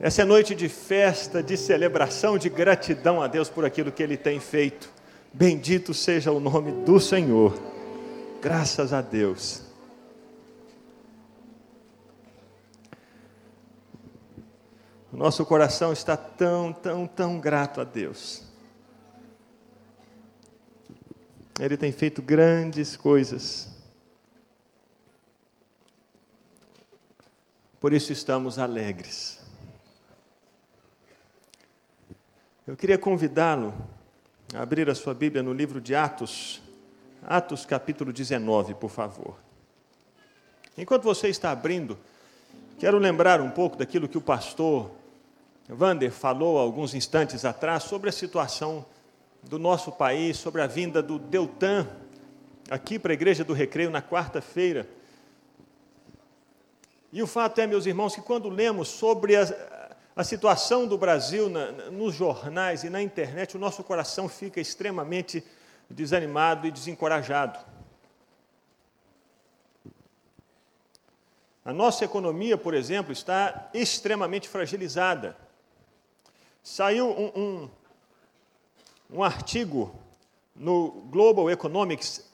Essa é noite de festa, de celebração, de gratidão a Deus por aquilo que Ele tem feito. Bendito seja o nome do Senhor. Graças a Deus. O nosso coração está tão grato a Deus. Ele tem feito grandes coisas. Por isso estamos alegres. Eu queria convidá-lo a abrir a sua Bíblia no livro de Atos, Atos capítulo 19, por favor. Enquanto você está abrindo, quero lembrar um pouco daquilo que o pastor Wander falou há alguns instantes atrás sobre a situação do nosso país, sobre a vinda do Deltan aqui para a Igreja do Recreio na quarta-feira. E o fato é, meus irmãos, que quando lemos sobre a situação do Brasil nos jornais e na internet, o nosso coração fica extremamente desanimado e desencorajado. A nossa economia, por exemplo, está extremamente fragilizada. Saiu um artigo no Global Economics,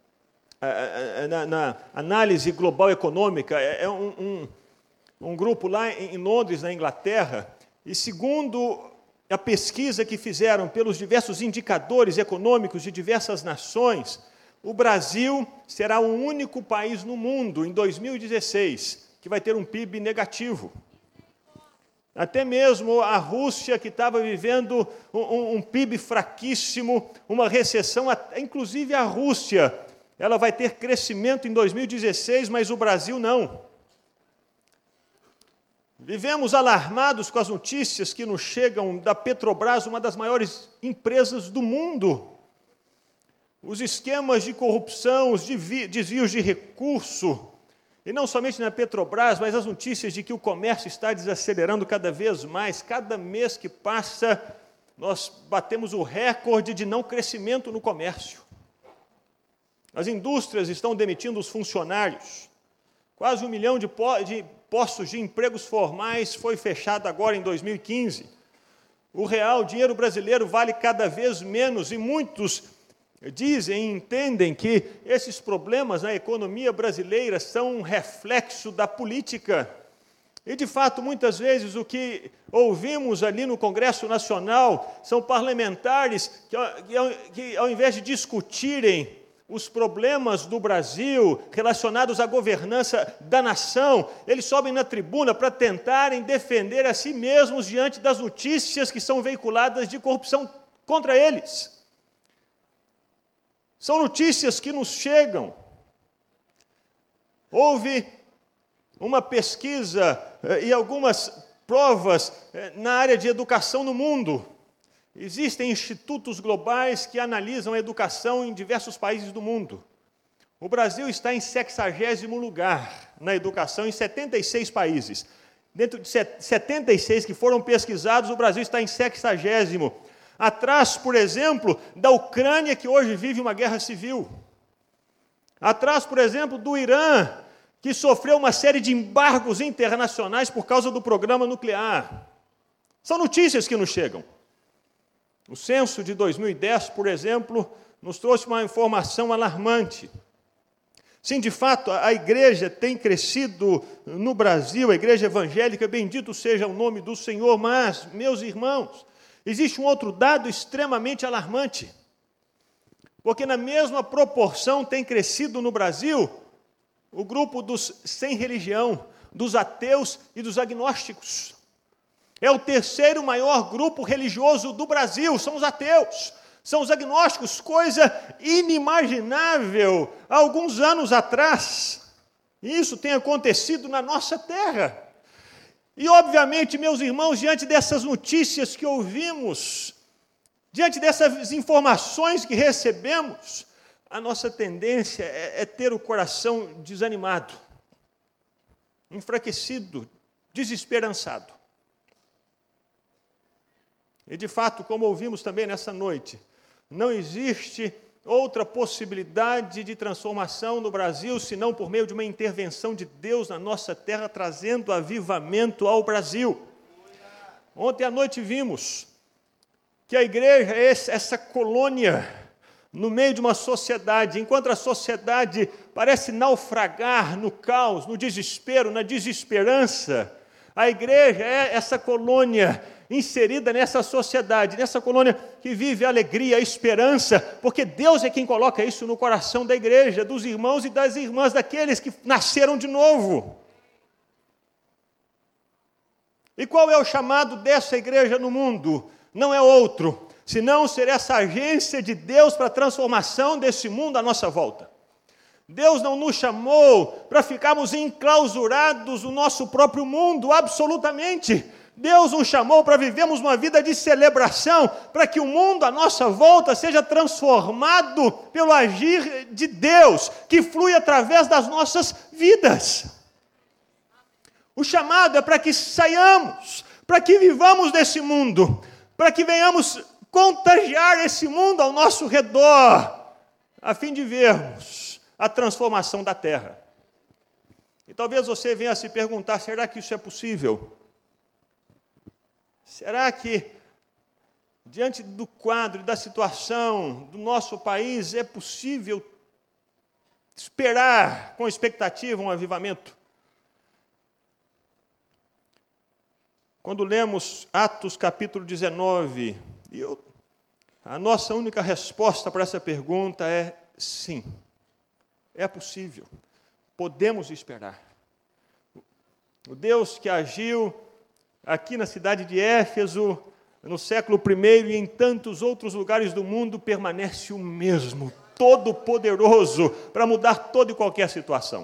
na análise global econômica, é um grupo lá em Londres, na Inglaterra, e segundo a pesquisa que fizeram pelos diversos indicadores econômicos de diversas nações, o Brasil será o único país no mundo, em 2016, que vai ter um PIB negativo. Até mesmo a Rússia, que estava vivendo um PIB fraquíssimo, uma recessão, inclusive a Rússia, ela vai ter crescimento em 2016, mas o Brasil não. Vivemos alarmados com as notícias que nos chegam da Petrobras, uma das maiores empresas do mundo. Os esquemas de corrupção, os desvios de recurso, e não somente na Petrobras, mas as notícias de que o comércio está desacelerando cada vez mais. Cada mês que passa, nós batemos o recorde de não crescimento no comércio. As indústrias estão demitindo os funcionários. Quase 1 milhão de postos de empregos formais foi fechado agora em 2015. O real, o dinheiro brasileiro, vale cada vez menos e muitos dizem e entendem que esses problemas na economia brasileira são um reflexo da política. E, de fato, muitas vezes o que ouvimos ali no Congresso Nacional são parlamentares que ao invés de discutirem os problemas do Brasil relacionados à governança da nação, eles sobem na tribuna para tentarem defender a si mesmos diante das notícias que são veiculadas de corrupção contra eles. São notícias que nos chegam. Houve uma pesquisa e algumas provas na área de educação no mundo. Existem institutos globais que analisam a educação em diversos países do mundo. O Brasil está em 60º lugar na educação em 76 países. Dentro de 76 que foram pesquisados, o Brasil está em 60º. Atrás, por exemplo, da Ucrânia, que hoje vive uma guerra civil. Atrás, por exemplo, do Irã, que sofreu uma série de embargos internacionais por causa do programa nuclear. São notícias que nos chegam. O censo de 2010, por exemplo, nos trouxe uma informação alarmante. Sim, de fato, a igreja tem crescido no Brasil, a igreja evangélica, bendito seja o nome do Senhor, mas, meus irmãos, existe um outro dado extremamente alarmante, porque na mesma proporção tem crescido no Brasil o grupo dos sem religião, dos ateus e dos agnósticos. É o terceiro maior grupo religioso do Brasil, são os ateus, são os agnósticos, coisa inimaginável há alguns anos atrás. Isso tem acontecido na nossa terra. E, obviamente, meus irmãos, diante dessas notícias que ouvimos, diante dessas informações que recebemos, a nossa tendência é ter o coração desanimado, enfraquecido, desesperançado. E, de fato, como ouvimos também nessa noite, não existe outra possibilidade de transformação no Brasil, senão por meio de uma intervenção de Deus na nossa terra, trazendo avivamento ao Brasil. Ontem à noite vimos que a igreja é essa colônia no meio de uma sociedade, enquanto a sociedade parece naufragar no caos, no desespero, na desesperança, a igreja é essa colônia inserida nessa sociedade, nessa colônia que vive a alegria, a esperança, porque Deus é quem coloca isso no coração da igreja, dos irmãos e das irmãs, daqueles que nasceram de novo. E qual é o chamado dessa igreja no mundo? Não é outro, senão ser essa agência de Deus para a transformação desse mundo à nossa volta. Deus não nos chamou para ficarmos enclausurados no nosso próprio mundo, absolutamente. Deus nos chamou para vivermos uma vida de celebração, para que o mundo à nossa volta seja transformado pelo agir de Deus, que flui através das nossas vidas. O chamado é para que saiamos, para que vivamos desse mundo, para que venhamos contagiar esse mundo ao nosso redor, a fim de vermos a transformação da terra. E talvez você venha a se perguntar, será que isso é possível? Será que, diante do quadro, da situação do nosso país, é possível esperar com expectativa um avivamento? Quando lemos Atos capítulo 19, a nossa única resposta para essa pergunta é sim, é possível, podemos esperar. O Deus que agiu aqui na cidade de Éfeso, no século I e em tantos outros lugares do mundo, permanece o mesmo, todo-poderoso, para mudar toda e qualquer situação.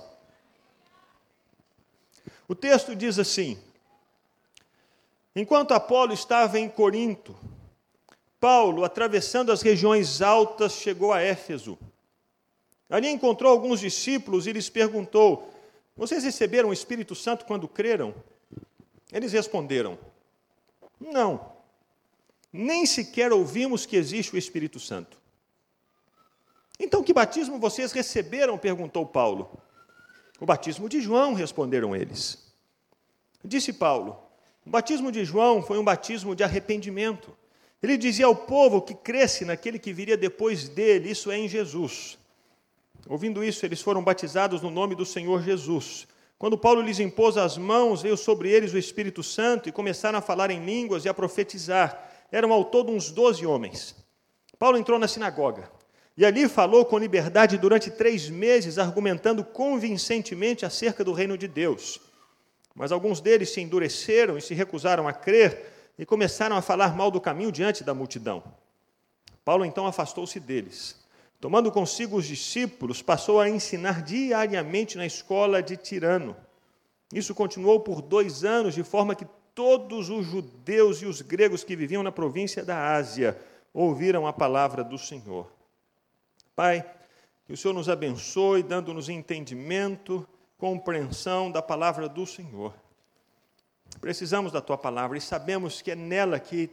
O texto diz assim: enquanto Apolo estava em Corinto, Paulo, atravessando as regiões altas, chegou a Éfeso. Ali encontrou alguns discípulos e lhes perguntou: vocês receberam o Espírito Santo quando creram? Eles responderam: não, nem sequer ouvimos que existe o Espírito Santo. Então, que batismo vocês receberam? Perguntou Paulo. O batismo de João, responderam eles. Disse Paulo: o batismo de João foi um batismo de arrependimento. Ele dizia ao povo que cresce naquele que viria depois dele, isso é, em Jesus. Ouvindo isso, eles foram batizados no nome do Senhor Jesus. Quando Paulo lhes impôs as mãos, veio sobre eles o Espírito Santo e começaram a falar em línguas e a profetizar. Eram ao todo uns 12 homens. Paulo entrou na sinagoga e ali falou com liberdade durante 3 meses, argumentando convincentemente acerca do reino de Deus. Mas alguns deles se endureceram e se recusaram a crer e começaram a falar mal do caminho diante da multidão. Paulo então afastou-se deles. Tomando consigo os discípulos, passou a ensinar diariamente na escola de Tirano. Isso continuou por 2 anos, de forma que todos os judeus e os gregos que viviam na província da Ásia ouviram a palavra do Senhor. Pai, que o Senhor nos abençoe, dando-nos entendimento, compreensão da palavra do Senhor. Precisamos da Tua palavra e sabemos que é dela que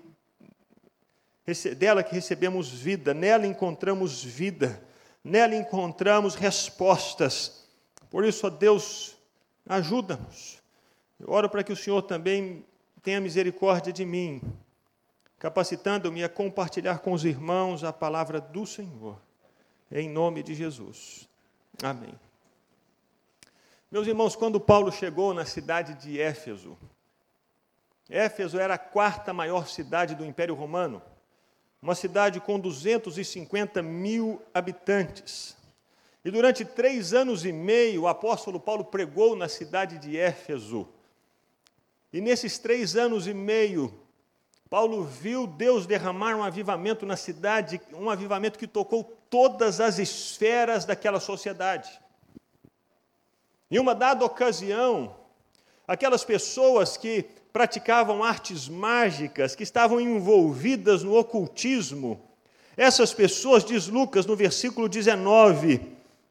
recebemos vida, nela encontramos vida, nela encontramos respostas. Por isso, ó Deus, ajuda-nos. Eu oro para que o Senhor também tenha misericórdia de mim, capacitando-me a compartilhar com os irmãos a palavra do Senhor, em nome de Jesus. Amém. Meus irmãos, quando Paulo chegou na cidade de Éfeso, Éfeso era a 4ª maior cidade do Império Romano, uma cidade com 250 mil habitantes. E durante 3 anos e meio, o apóstolo Paulo pregou na cidade de Éfeso. E nesses 3 anos e meio, Paulo viu Deus derramar um avivamento na cidade, um avivamento que tocou todas as esferas daquela sociedade. Em uma dada ocasião, aquelas pessoas que praticavam artes mágicas, que estavam envolvidas no ocultismo, essas pessoas, diz Lucas no versículo 19,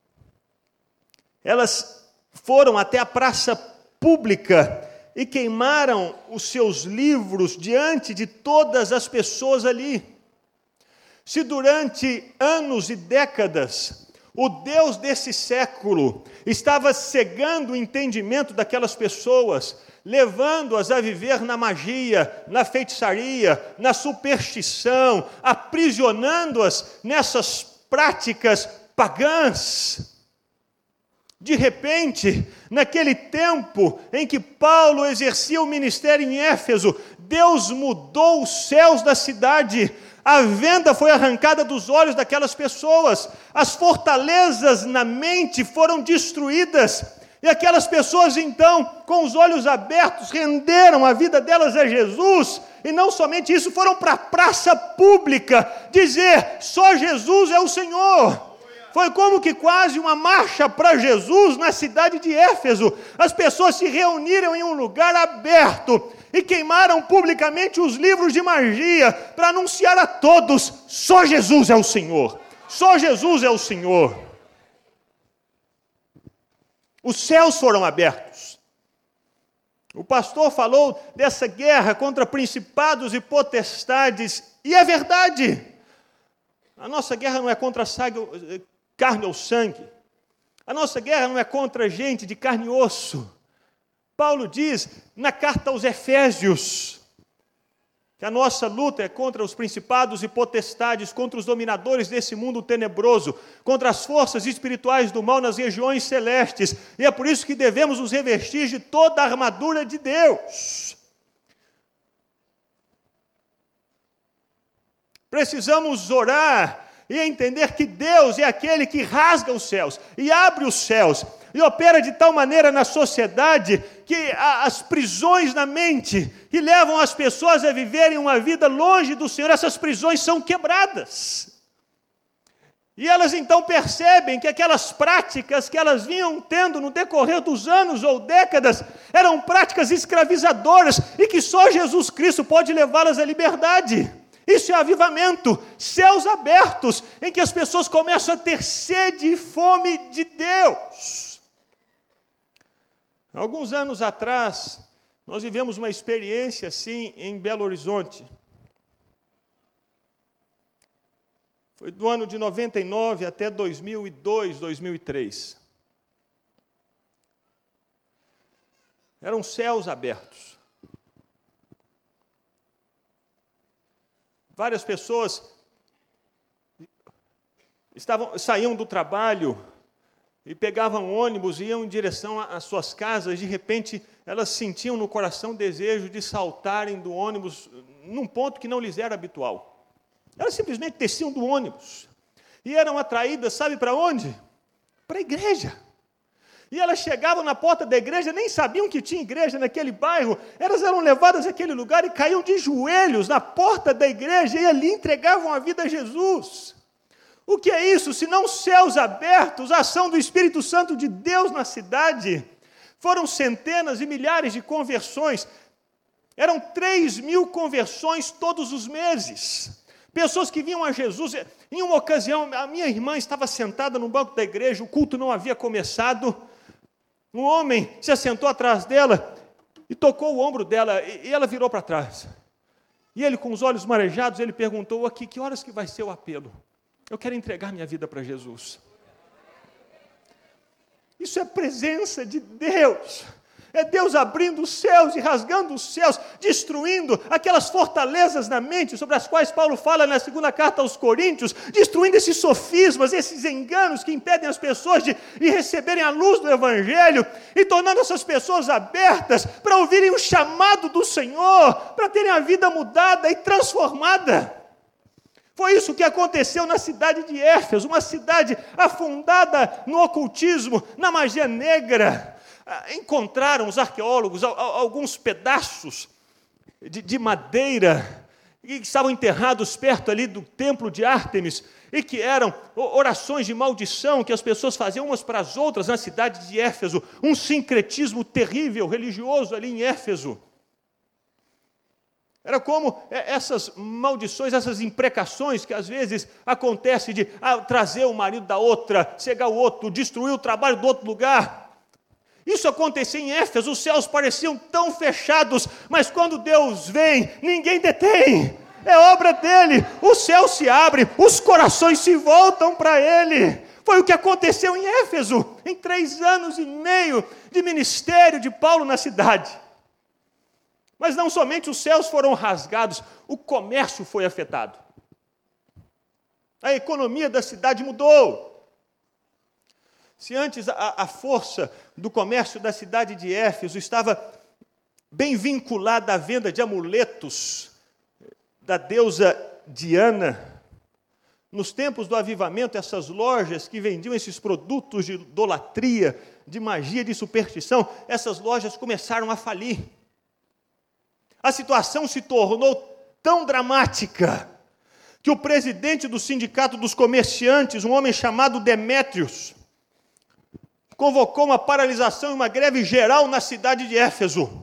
elas foram até a praça pública e queimaram os seus livros diante de todas as pessoas ali. Se durante anos e décadas O Deus desse século estava cegando o entendimento daquelas pessoas, levando-as a viver na magia, na feitiçaria, na superstição, aprisionando-as nessas práticas pagãs. De repente, naquele tempo em que Paulo exercia o ministério em Éfeso, Deus mudou os céus da cidade. A venda foi arrancada dos olhos daquelas pessoas. As fortalezas na mente foram destruídas. E aquelas pessoas, então, com os olhos abertos, renderam a vida delas a Jesus. E não somente isso, foram para a praça pública dizer: só Jesus é o Senhor. Foi como que quase uma marcha para Jesus na cidade de Éfeso. As pessoas se reuniram em um lugar aberto e queimaram publicamente os livros de magia para anunciar a todos: só Jesus é o Senhor. Só Jesus é o Senhor. Os céus foram abertos. O pastor falou dessa guerra contra principados e potestades, e é verdade. A nossa guerra não é contra carne ou sangue. A nossa guerra não é contra gente de carne e osso. Paulo diz na carta aos Efésios que a nossa luta é contra os principados e potestades, contra os dominadores desse mundo tenebroso, contra as forças espirituais do mal nas regiões celestes. E é por isso que devemos nos revestir de toda a armadura de Deus. Precisamos orar e entender que Deus é aquele que rasga os céus e abre os céus e opera de tal maneira na sociedade que as prisões na mente que levam as pessoas a viverem uma vida longe do Senhor, essas prisões são quebradas. E elas então percebem que aquelas práticas que elas vinham tendo no decorrer dos anos ou décadas eram práticas escravizadoras e que só Jesus Cristo pode levá-las à liberdade. Isso é avivamento, céus abertos, em que as pessoas começam a ter sede e fome de Deus. Alguns anos atrás, nós vivemos uma experiência assim em Belo Horizonte. Foi do ano de 99 até 2002, 2003. Eram céus abertos. Várias pessoas saíam do trabalho e pegavam ônibus e iam em direção às suas casas. De repente, elas sentiam no coração o desejo de saltarem do ônibus num ponto que não lhes era habitual. Elas simplesmente desciam do ônibus e eram atraídas, sabe para onde? Para a igreja. E elas chegavam na porta da igreja, nem sabiam que tinha igreja naquele bairro, elas eram levadas àquele lugar e caíam de joelhos na porta da igreja e ali entregavam a vida a Jesus. O que é isso, se não céus abertos, a ação do Espírito Santo de Deus na cidade? Foram centenas e milhares de conversões, eram 3.000 conversões todos os meses. Pessoas que vinham a Jesus. Em uma ocasião, a minha irmã estava sentada no banco da igreja, o culto não havia começado. Um homem se assentou atrás dela e tocou o ombro dela, e ela virou para trás. E ele, com os olhos marejados, ele perguntou: aqui, que horas que vai ser o apelo? Eu quero entregar minha vida para Jesus. Isso é presença de Deus. É Deus abrindo os céus e rasgando os céus, destruindo aquelas fortalezas na mente sobre as quais Paulo fala na segunda carta aos Coríntios, destruindo esses sofismas, esses enganos que impedem as pessoas de receberem a luz do Evangelho e tornando essas pessoas abertas para ouvirem o chamado do Senhor, para terem a vida mudada e transformada. Foi isso que aconteceu na cidade de Éfeso, uma cidade afundada no ocultismo, na magia negra. Encontraram os arqueólogos alguns pedaços de madeira que estavam enterrados perto ali do templo de Ártemis e que eram orações de maldição que as pessoas faziam umas para as outras na cidade de Éfeso, um sincretismo terrível, religioso ali em Éfeso. Era como essas maldições, essas imprecações que às vezes acontecem de trazer o marido da outra, cegar o outro, destruir o trabalho do outro lugar. Isso acontecia em Éfeso, os céus pareciam tão fechados, mas quando Deus vem, ninguém detém. É obra dele, o céu se abre, os corações se voltam para ele. Foi o que aconteceu em Éfeso, em 3 anos e meio de ministério de Paulo na cidade. Mas não somente os céus foram rasgados, o comércio foi afetado. A economia da cidade mudou. Se antes a força do comércio da cidade de Éfeso estava bem vinculada à venda de amuletos da deusa Diana, nos tempos do avivamento, essas lojas que vendiam esses produtos de idolatria, de magia, de superstição, essas lojas começaram a falir. A situação se tornou tão dramática que o presidente do sindicato dos comerciantes, um homem chamado Demétrios, convocou uma paralisação e uma greve geral na cidade de Éfeso.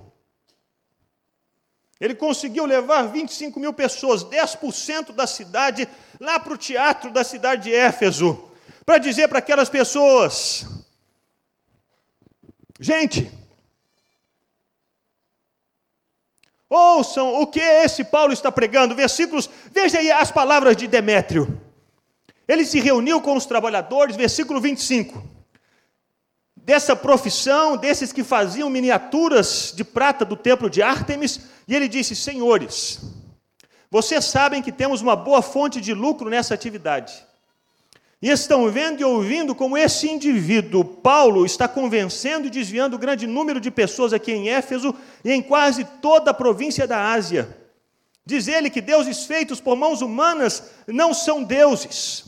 Ele conseguiu levar 25 mil pessoas, 10% da cidade, lá para o teatro da cidade de Éfeso, para dizer para aquelas pessoas: gente, ouçam o que esse Paulo está pregando. Versículos, veja aí as palavras de Demétrio. Ele se reuniu com os trabalhadores, versículo 25. Dessa profissão, desses que faziam miniaturas de prata do templo de Ártemis, e ele disse: senhores, vocês sabem que temos uma boa fonte de lucro nessa atividade. E estão vendo e ouvindo como esse indivíduo, Paulo, está convencendo e desviando grande número de pessoas aqui em Éfeso e em quase toda a província da Ásia. Diz ele que deuses feitos por mãos humanas não são deuses.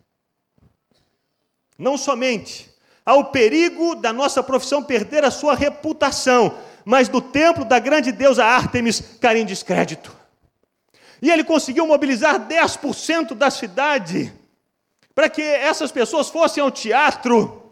Não somente há o perigo da nossa profissão perder a sua reputação, mas do templo da grande deusa Ártemis cair em descrédito. E ele conseguiu mobilizar 10% da cidade para que essas pessoas fossem ao teatro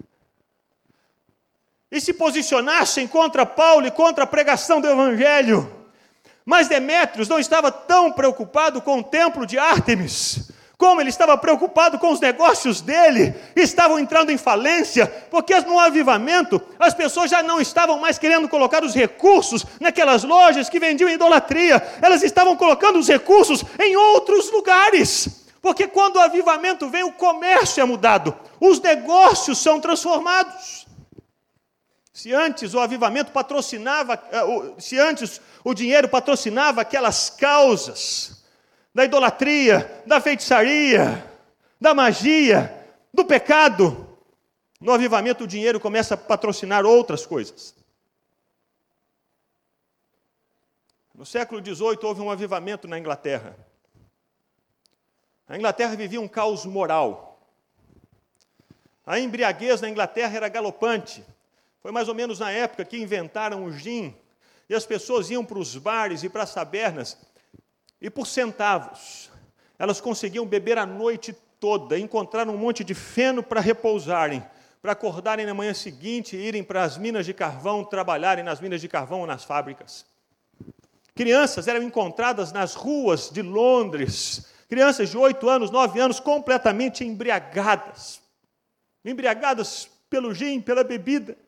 e se posicionassem contra Paulo e contra a pregação do Evangelho. Mas Demétrios não estava tão preocupado com o templo de Ártemis, como ele estava preocupado com os negócios dele. Estavam entrando em falência, porque no avivamento as pessoas já não estavam mais querendo colocar os recursos naquelas lojas que vendiam idolatria, elas estavam colocando os recursos em outros lugares, porque quando o avivamento vem, o comércio é mudado, os negócios são transformados. Se antes o avivamento patrocinava, se antes o dinheiro patrocinava aquelas causas da idolatria, da feitiçaria, da magia, do pecado, no avivamento o dinheiro começa a patrocinar outras coisas. No século XVIII houve um avivamento na Inglaterra. A Inglaterra vivia um caos moral. A embriaguez na Inglaterra era galopante. Foi mais ou menos na época que inventaram o gin, e as pessoas iam para os bares e para as tabernas, e por centavos, elas conseguiam beber a noite toda, encontrar um monte de feno para repousarem, para acordarem na manhã seguinte e irem para as minas de carvão, trabalharem nas minas de carvão ou nas fábricas. Crianças eram encontradas nas ruas de Londres, crianças de 8 anos, 9 anos, completamente embriagadas pelo gin, pela bebida.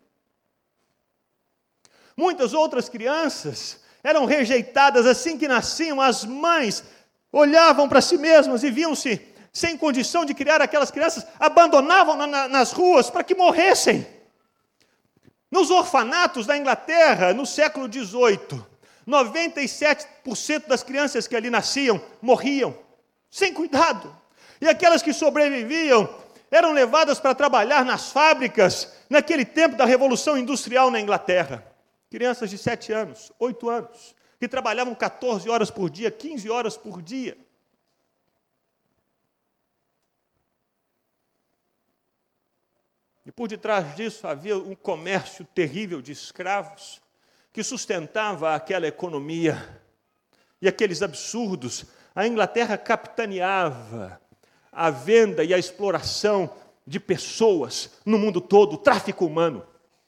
Muitas outras crianças eram rejeitadas assim que nasciam. As mães olhavam para si mesmas e viam-se sem condição de criar aquelas crianças, abandonavam nas ruas para que morressem. Nos orfanatos da Inglaterra, no século XVIII, 97% das crianças que ali nasciam morriam, sem cuidado. E aquelas que sobreviviam eram levadas para trabalhar nas fábricas, naquele tempo da Revolução Industrial na Inglaterra. Crianças de 7 anos, 8 anos, que trabalhavam 14 horas por dia, 15 horas por dia. E por detrás disso havia um comércio terrível de escravos que sustentava aquela economia. E aqueles absurdos, a Inglaterra capitaneava a venda e a exploração de pessoas no mundo todo, o tráfico humano.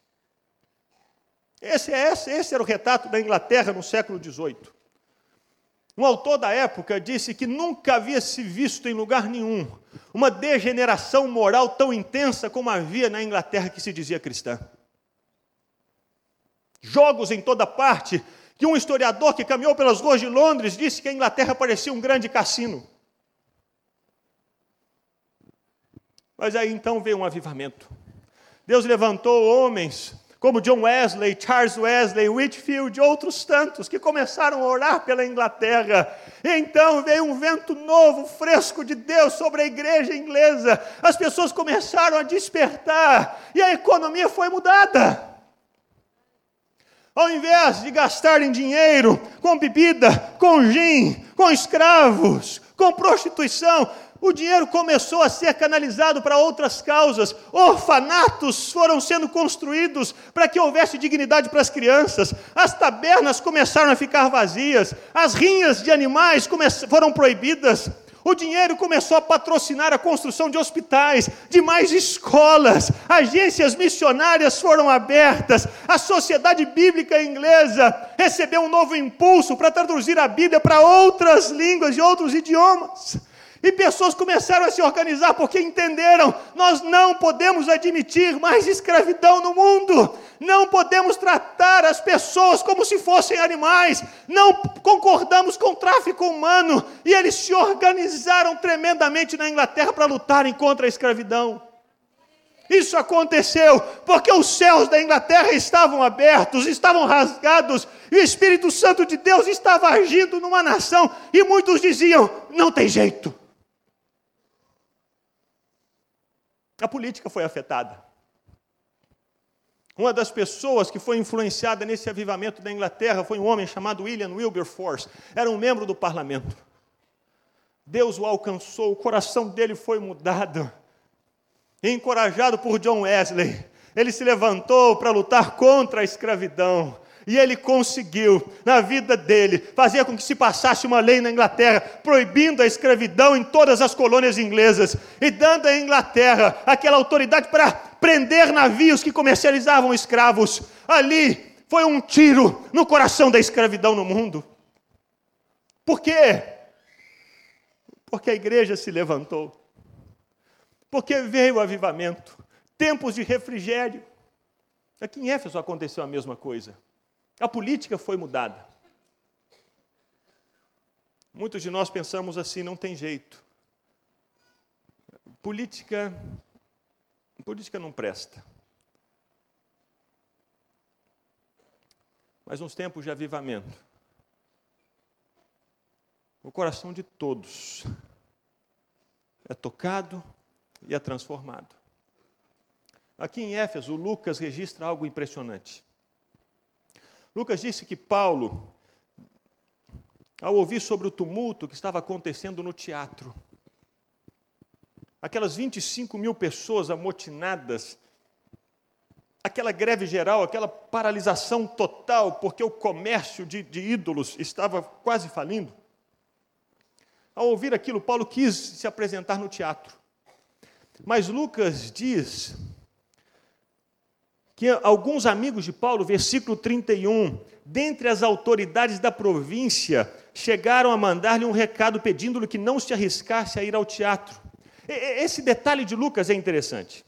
Esse era o retrato da Inglaterra no século XVIII. Um autor da época disse que nunca havia se visto em lugar nenhum uma degeneração moral tão intensa como havia na Inglaterra que se dizia cristã. Jogos em toda parte, que um historiador que caminhou pelas ruas de Londres disse que a Inglaterra parecia um grande cassino. Mas aí então veio um avivamento. Deus levantou homens como John Wesley, Charles Wesley, Whitefield e outros tantos que começaram a orar pela Inglaterra. E então veio um vento novo, fresco de Deus sobre a igreja inglesa. As pessoas começaram a despertar e a economia foi mudada. Ao invés de gastarem dinheiro com bebida, com gin, com escravos, com prostituição, o dinheiro começou a ser canalizado para outras causas. Orfanatos foram sendo construídos para que houvesse dignidade para as crianças. As tabernas começaram a ficar vazias. As rinhas de animais foram proibidas. O dinheiro começou a patrocinar a construção de hospitais, de mais escolas. Agências missionárias foram abertas. A sociedade bíblica inglesa recebeu um novo impulso para traduzir a Bíblia para outras línguas e outros idiomas. E pessoas começaram a se organizar porque entenderam: nós não podemos admitir mais escravidão no mundo, não podemos tratar as pessoas como se fossem animais, não concordamos com o tráfico humano. E eles se organizaram tremendamente na Inglaterra para lutarem contra a escravidão. Isso aconteceu porque os céus da Inglaterra estavam abertos, estavam rasgados, e o Espírito Santo de Deus estava agindo numa nação, e muitos diziam: não tem jeito. A política foi afetada. Uma das pessoas que foi influenciada nesse avivamento da Inglaterra foi um homem chamado William Wilberforce. Era um membro do parlamento. Deus o alcançou, o coração dele foi mudado. E encorajado por John Wesley, ele se levantou para lutar contra a escravidão. E ele conseguiu, na vida dele, fazer com que se passasse uma lei na Inglaterra, proibindo a escravidão em todas as colônias inglesas, e dando à Inglaterra aquela autoridade para prender navios que comercializavam escravos. Ali foi um tiro no coração da escravidão no mundo. Por quê? Porque a igreja se levantou. Porque veio o avivamento, tempos de refrigério. Aqui em Éfeso aconteceu a mesma coisa. A política foi mudada. Muitos de nós pensamos assim: não tem jeito. Política não presta. Mas nos tempos de avivamento, o coração de todos é tocado e é transformado. Aqui em Éfeso, Lucas registra algo impressionante. Lucas disse que Paulo, ao ouvir sobre o tumulto que estava acontecendo no teatro, aquelas 25 mil pessoas amotinadas, aquela greve geral, aquela paralisação total, porque o comércio de ídolos estava quase falindo. Ao ouvir aquilo, Paulo quis se apresentar no teatro. Mas Lucas diz que alguns amigos de Paulo, versículo 31, dentre as autoridades da província, chegaram a mandar-lhe um recado pedindo-lhe que não se arriscasse a ir ao teatro. Esse detalhe de Lucas é interessante.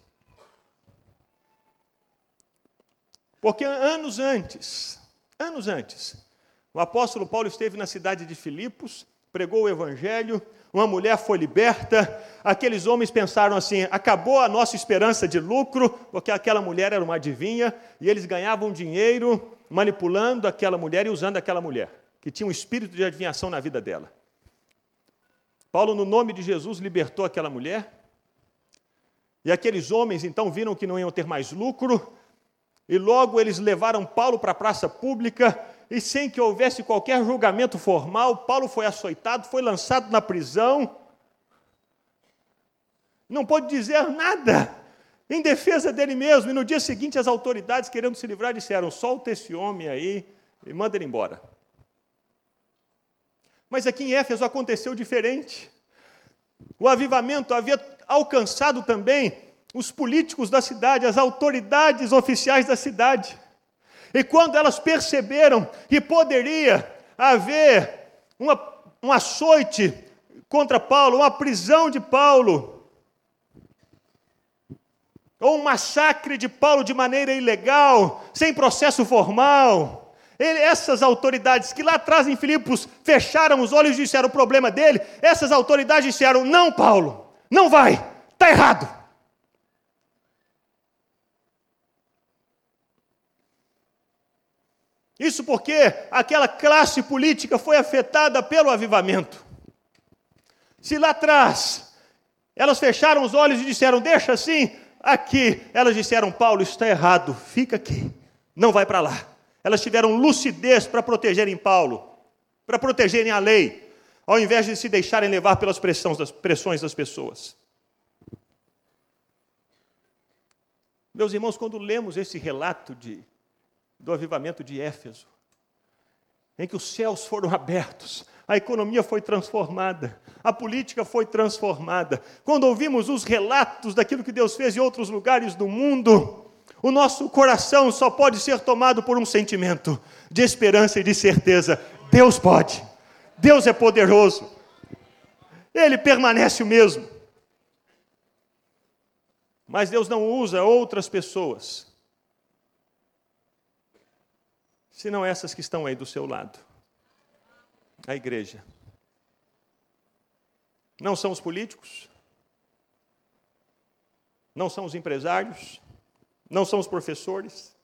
Porque anos antes, o apóstolo Paulo esteve na cidade de Filipos, pregou o evangelho, uma mulher foi liberta, aqueles homens pensaram assim: acabou a nossa esperança de lucro, porque aquela mulher era uma adivinha, e eles ganhavam dinheiro manipulando aquela mulher e usando aquela mulher, que tinha um espírito de adivinhação na vida dela. Paulo, no nome de Jesus, libertou aquela mulher, e aqueles homens então viram que não iam ter mais lucro, e logo eles levaram Paulo para a praça pública, e sem que houvesse qualquer julgamento formal, Paulo foi açoitado, foi lançado na prisão, não pôde dizer nada em defesa dele mesmo, e no dia seguinte as autoridades, querendo se livrar, disseram: solta esse homem aí e manda ele embora. Mas aqui em Éfeso aconteceu diferente. O avivamento havia alcançado também os políticos da cidade, as autoridades oficiais da cidade. E quando elas perceberam que poderia haver um açoite contra Paulo, uma prisão de Paulo, ou um massacre de Paulo de maneira ilegal, sem processo formal, essas autoridades que lá atrás em Filipos fecharam os olhos e disseram o problema dele, essas autoridades disseram: não, Paulo, não vai, está errado. Isso porque aquela classe política foi afetada pelo avivamento. Se lá atrás elas fecharam os olhos e disseram, deixa assim, aqui elas disseram, Paulo, isso está errado, fica aqui, não vai para lá. Elas tiveram lucidez para protegerem Paulo, para protegerem a lei, ao invés de se deixarem levar pelas pressões das pessoas. Meus irmãos, quando lemos esse relato do avivamento de Éfeso, em que os céus foram abertos, a economia foi transformada, a política foi transformada, quando ouvimos os relatos daquilo que Deus fez em outros lugares do mundo, o nosso coração só pode ser tomado por um sentimento de esperança e de certeza. Deus pode, Deus é poderoso, Ele permanece o mesmo. Mas Deus não usa outras pessoas, senão essas que estão aí do seu lado. A igreja. Não são os políticos, não são os empresários, não são os professores,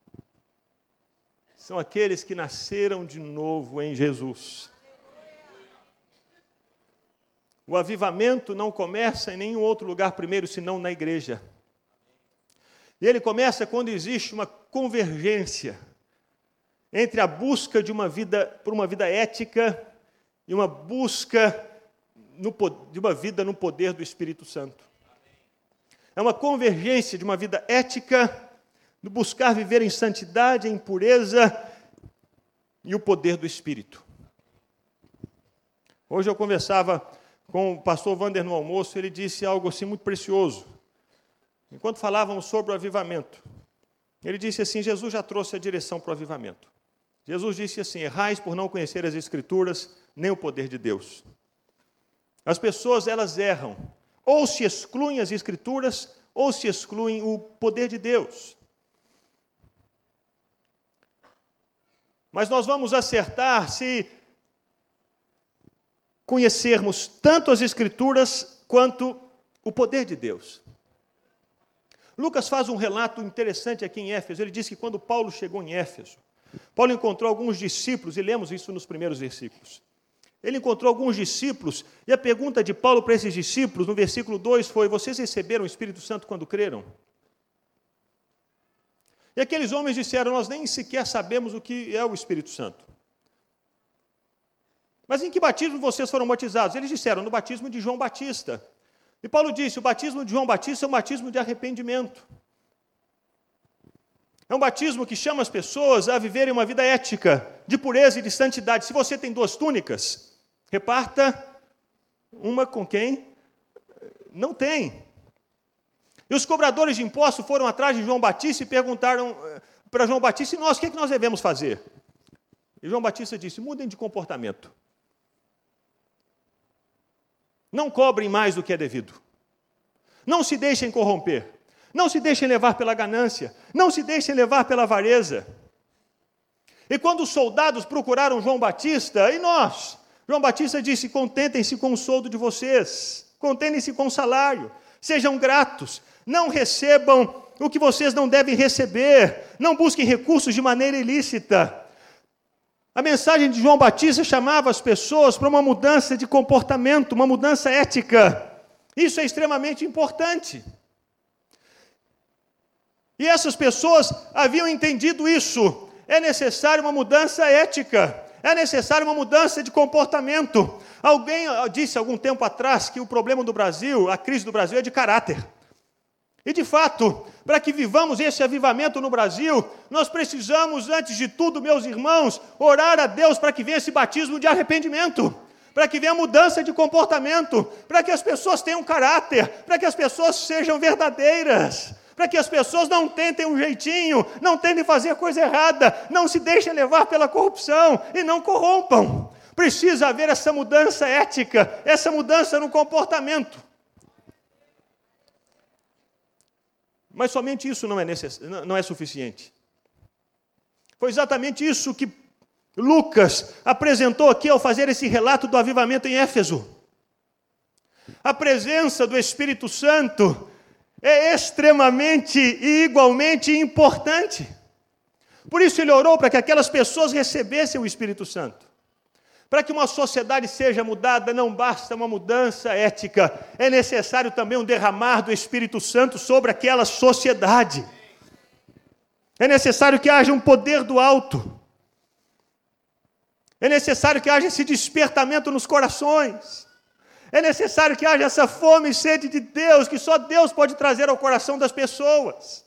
são aqueles que nasceram de novo em Jesus. O avivamento não começa em nenhum outro lugar primeiro, senão na igreja. E ele começa quando existe uma convergência entre a busca de por uma vida ética e uma busca de uma vida no poder do Espírito Santo. É uma convergência de uma vida ética, do buscar viver em santidade, em pureza e o poder do Espírito. Hoje eu conversava com o pastor Wander no almoço, ele disse algo assim muito precioso. Enquanto falávamos sobre o avivamento, ele disse assim, Jesus já trouxe a direção para o avivamento. Jesus disse assim, errais por não conhecer as Escrituras, nem o poder de Deus. As pessoas, elas erram, ou se excluem as Escrituras, ou se excluem o poder de Deus. Mas nós vamos acertar se conhecermos tanto as Escrituras quanto o poder de Deus. Lucas faz um relato interessante aqui em Éfeso. Ele diz que quando Paulo chegou em Éfeso, Paulo encontrou alguns discípulos, e lemos isso nos primeiros versículos. Ele encontrou alguns discípulos, e a pergunta de Paulo para esses discípulos, no versículo 2, foi, vocês receberam o Espírito Santo quando creram? E aqueles homens disseram, nós nem sequer sabemos o que é o Espírito Santo. Mas em que batismo vocês foram batizados? Eles disseram, no batismo de João Batista. E Paulo disse, o batismo de João Batista é um batismo de arrependimento. É um batismo que chama as pessoas a viverem uma vida ética, de pureza e de santidade. Se você tem 2 túnicas, reparta uma com quem não tem. E os cobradores de impostos foram atrás de João Batista e perguntaram para João Batista, e nós, o que nós devemos fazer? E João Batista disse, mudem de comportamento. Não cobrem mais do que é devido. Não se deixem corromper. Não se deixem levar pela ganância. Não se deixem levar pela avareza. E quando os soldados procuraram João Batista, e nós? João Batista disse, contentem-se com o soldo de vocês. Contentem-se com o salário. Sejam gratos. Não recebam o que vocês não devem receber. Não busquem recursos de maneira ilícita. A mensagem de João Batista chamava as pessoas para uma mudança de comportamento, uma mudança ética. Isso é extremamente importante. E essas pessoas haviam entendido isso. É necessário uma mudança ética. É necessário uma mudança de comportamento. Alguém disse algum tempo atrás que o problema do Brasil, a crise do Brasil é de caráter. E de fato, para que vivamos esse avivamento no Brasil, nós precisamos, antes de tudo, meus irmãos, orar a Deus para que venha esse batismo de arrependimento, para que venha mudança de comportamento, para que as pessoas tenham caráter, para que as pessoas sejam verdadeiras, para que as pessoas não tentem um jeitinho, não tentem fazer coisa errada, não se deixem levar pela corrupção e não corrompam. Precisa haver essa mudança ética, essa mudança no comportamento. Mas somente isso não é suficiente. Foi exatamente isso que Lucas apresentou aqui ao fazer esse relato do avivamento em Éfeso. A presença do Espírito Santo é extremamente e igualmente importante. Por isso ele orou para que aquelas pessoas recebessem o Espírito Santo. Para que uma sociedade seja mudada, não basta uma mudança ética, é necessário também um derramar do Espírito Santo sobre aquela sociedade. É necessário que haja um poder do alto. É necessário que haja esse despertamento nos corações. É necessário que haja essa fome e sede de Deus, que só Deus pode trazer ao coração das pessoas.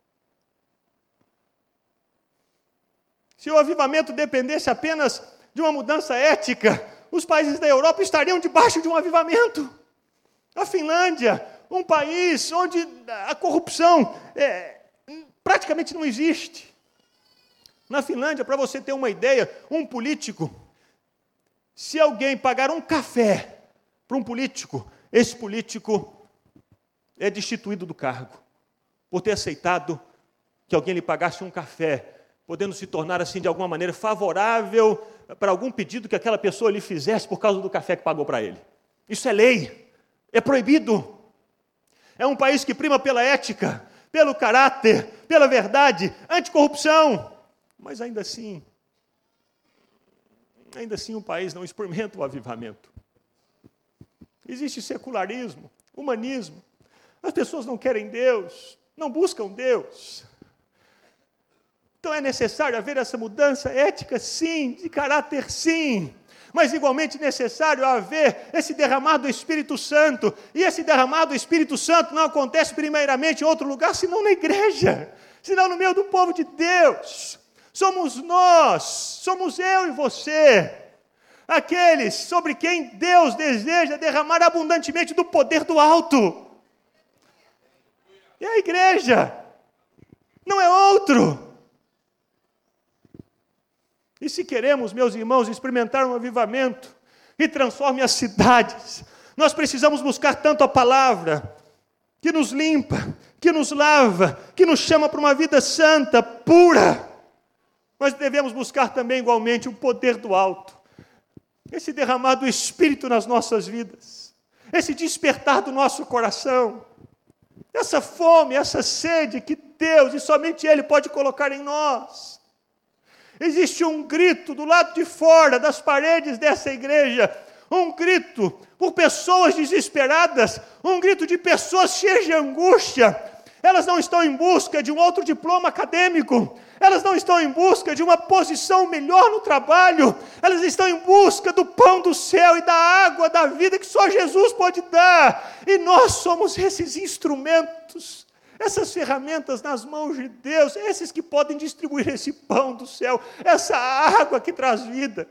Se o avivamento dependesse apenas de uma mudança ética, os países da Europa estariam debaixo de um avivamento. A Finlândia, um país onde a corrupção praticamente não existe. Na Finlândia, para você ter uma ideia, um político, se alguém pagar um café para um político, esse político é destituído do cargo, por ter aceitado que alguém lhe pagasse um café, podendo se tornar assim de alguma maneira favorável para algum pedido que aquela pessoa lhe fizesse por causa do café que pagou para ele. Isso é lei, é proibido. É um país que prima pela ética, pelo caráter, pela verdade, anticorrupção. Mas ainda assim o país não experimenta o avivamento. Existe secularismo, humanismo. As pessoas não querem Deus, não buscam Deus. Então é necessário haver essa mudança ética, sim, de caráter, sim. Mas igualmente necessário haver esse derramar do Espírito Santo. E esse derramar do Espírito Santo não acontece primeiramente em outro lugar, senão na igreja, senão no meio do povo de Deus. Somos nós, somos eu e você, aqueles sobre quem Deus deseja derramar abundantemente do poder do alto. E a igreja não é outro. E se queremos, meus irmãos, experimentar um avivamento que transforme as cidades, nós precisamos buscar tanto a palavra, que nos limpa, que nos lava, que nos chama para uma vida santa, pura. Mas devemos buscar também, igualmente, o poder do alto. Esse derramar do Espírito nas nossas vidas. Esse despertar do nosso coração. Essa fome, essa sede que Deus e somente Ele pode colocar em nós. Existe um grito do lado de fora das paredes dessa igreja, um grito por pessoas desesperadas, um grito de pessoas cheias de angústia. Elas não estão em busca de um outro diploma acadêmico, elas não estão em busca de uma posição melhor no trabalho, elas estão em busca do pão do céu e da água da vida que só Jesus pode dar. E nós somos esses instrumentos, essas ferramentas nas mãos de Deus, esses que podem distribuir esse pão do céu, essa água que traz vida.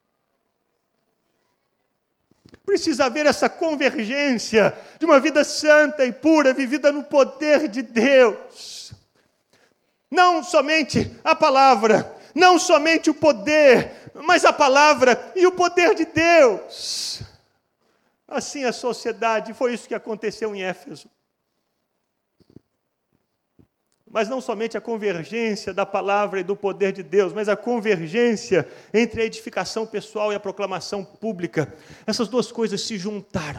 Precisa haver essa convergência de uma vida santa e pura, vivida no poder de Deus. Não somente a palavra, não somente o poder, mas a palavra e o poder de Deus. Assim a sociedade, foi isso que aconteceu em Éfeso. Mas não somente a convergência da palavra e do poder de Deus, mas a convergência entre a edificação pessoal e a proclamação pública. Essas duas coisas se juntaram.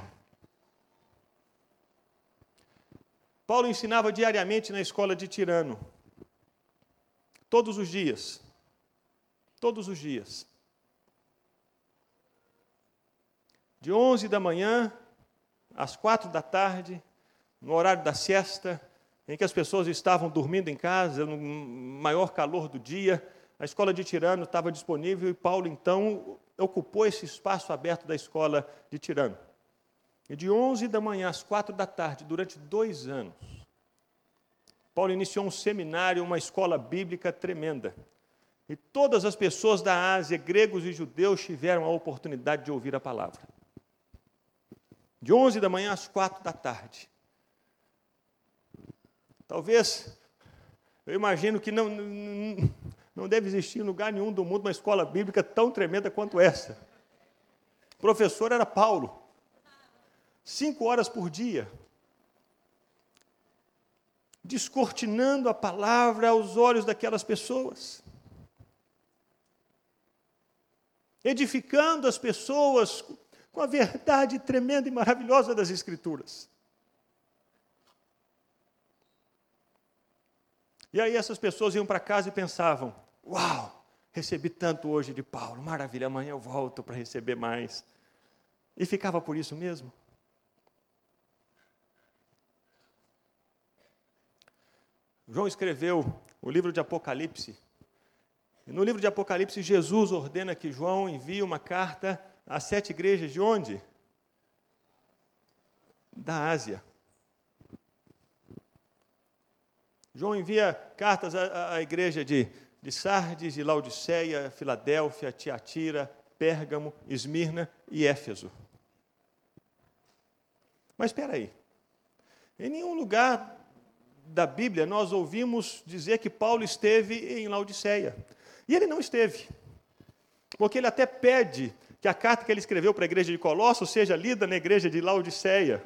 Paulo ensinava diariamente na escola de Tirano. Todos os dias. Todos os dias. De 11 da manhã às 4 da tarde, no horário da siesta, em que as pessoas estavam dormindo em casa, no maior calor do dia, a escola de Tirano estava disponível e Paulo, então, ocupou esse espaço aberto da escola de Tirano. E de 11 da manhã às 4 da tarde, durante 2 anos, Paulo iniciou um seminário, uma escola bíblica tremenda. E todas as pessoas da Ásia, gregos e judeus, tiveram a oportunidade de ouvir a palavra. De 11 da manhã às 4 da tarde. Talvez, eu imagino que não deve existir em lugar nenhum do mundo uma escola bíblica tão tremenda quanto essa. O professor era Paulo. 5 horas por dia. Descortinando a palavra aos olhos daquelas pessoas. Edificando as pessoas com a verdade tremenda e maravilhosa das Escrituras. E aí essas pessoas iam para casa e pensavam, Uau, recebi tanto hoje de Paulo, maravilha, amanhã eu volto para receber mais. E ficava por isso mesmo. João escreveu o livro de Apocalipse. E no livro de Apocalipse, Jesus ordena que João envie uma carta às 7 igrejas de onde? Da Ásia. João envia cartas à igreja de Sardes, de Laodiceia, Filadélfia, Tiatira, Pérgamo, Esmirna e Éfeso. Mas espera aí. Em nenhum lugar da Bíblia nós ouvimos dizer que Paulo esteve em Laodiceia. E ele não esteve. Porque ele até pede que a carta que ele escreveu para a igreja de Colossos seja lida na igreja de Laodiceia.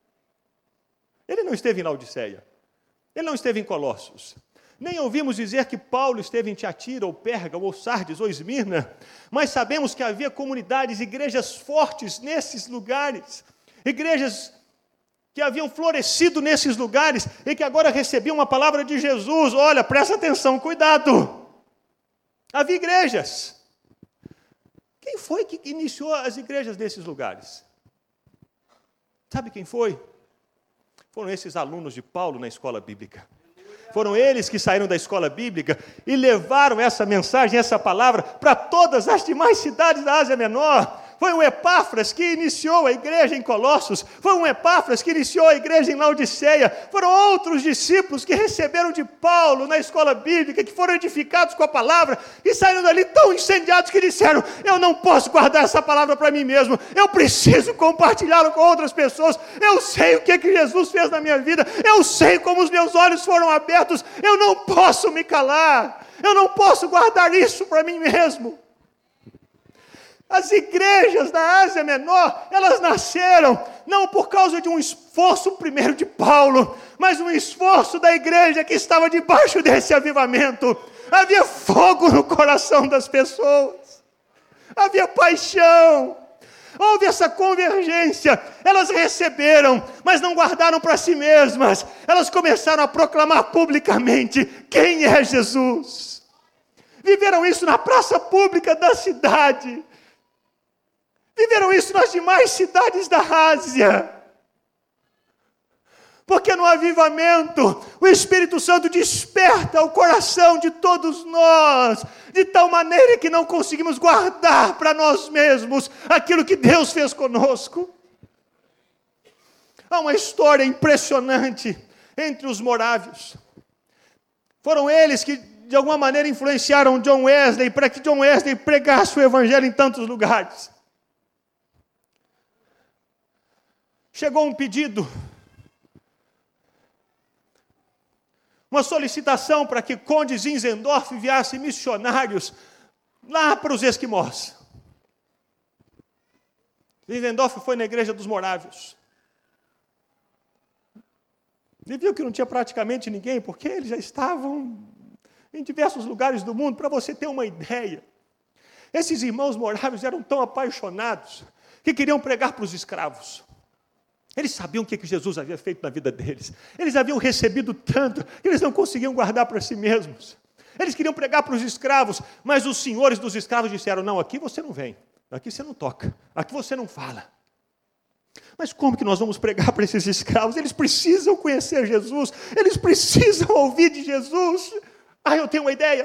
Ele não esteve em Laodiceia. Ele não esteve em Colossos. Nem ouvimos dizer que Paulo esteve em Tiatira, ou Pérgamo, ou Sardes, ou Esmirna. Mas sabemos que havia comunidades, igrejas fortes nesses lugares. Igrejas que haviam florescido nesses lugares e que agora recebiam uma palavra de Jesus. Olha, presta atenção, cuidado. Havia igrejas. Quem foi que iniciou as igrejas desses lugares? Sabe quem foi? Foram esses alunos de Paulo na escola bíblica. Foram eles que saíram da escola bíblica e levaram essa mensagem, essa palavra, para todas as demais cidades da Ásia Menor. Foi um Epáfras que iniciou a igreja em Colossos. Foi um Epáfras que iniciou a igreja em Laodiceia. Foram outros discípulos que receberam de Paulo na escola bíblica, que foram edificados com a palavra e saíram dali tão incendiados que disseram: eu não posso guardar essa palavra para mim mesmo. Eu preciso compartilhá-la com outras pessoas. Eu sei o que Jesus fez na minha vida. Eu sei como os meus olhos foram abertos. Eu não posso me calar. Eu não posso guardar isso para mim mesmo. As igrejas da Ásia Menor, elas nasceram não por causa de um esforço primeiro de Paulo, mas um esforço da igreja que estava debaixo desse avivamento. Havia fogo no coração das pessoas, havia paixão, houve essa convergência. Elas receberam, mas não guardaram para si mesmas. Elas começaram a proclamar publicamente quem é Jesus. Viveram isso na praça pública da cidade. Viveram isso nas demais cidades da Ásia. Porque no avivamento, o Espírito Santo desperta o coração de todos nós, de tal maneira que não conseguimos guardar para nós mesmos aquilo que Deus fez conosco. Há uma história impressionante entre os morávios. Foram eles que, de alguma maneira, influenciaram John Wesley para que John Wesley pregasse o evangelho em tantos lugares. Chegou um pedido, uma solicitação para que Conde Zinzendorf enviasse missionários lá para os esquimós. Zinzendorf foi na igreja dos morávios. Ele viu que não tinha praticamente ninguém, porque eles já estavam em diversos lugares do mundo. Para você ter uma ideia, esses irmãos morávios eram tão apaixonados que queriam pregar para os escravos. Eles sabiam o que Jesus havia feito na vida deles. Eles haviam recebido tanto que eles não conseguiam guardar para si mesmos. Eles queriam pregar para os escravos, mas os senhores dos escravos disseram: não, aqui você não vem, aqui você não toca, aqui você não fala. Mas como que nós vamos pregar para esses escravos? Eles precisam conhecer Jesus, eles precisam ouvir de Jesus. Eu tenho uma ideia.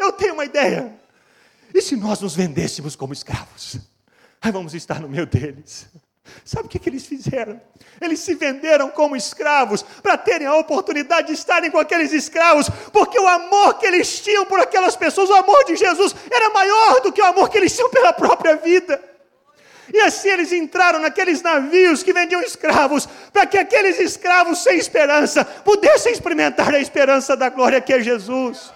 E se nós nos vendêssemos como escravos? Vamos estar no meio deles. Sabe o que eles fizeram? Eles se venderam como escravos para terem a oportunidade de estarem com aqueles escravos, porque o amor que eles tinham por aquelas pessoas, o amor de Jesus, era maior do que o amor que eles tinham pela própria vida. E assim eles entraram naqueles navios que vendiam escravos, para que aqueles escravos sem esperança pudessem experimentar a esperança da glória que é Jesus.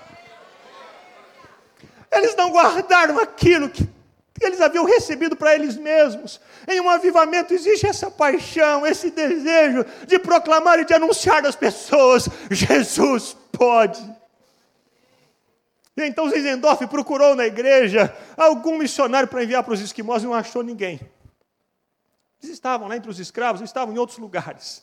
Eles não guardaram aquilo que eles haviam recebido para eles mesmos. Em um avivamento existe essa paixão, esse desejo de proclamar e de anunciar às pessoas: Jesus pode. E então Zinzendorf procurou na igreja algum missionário para enviar para os esquimós e não achou ninguém. Eles estavam lá entre os escravos, estavam em outros lugares.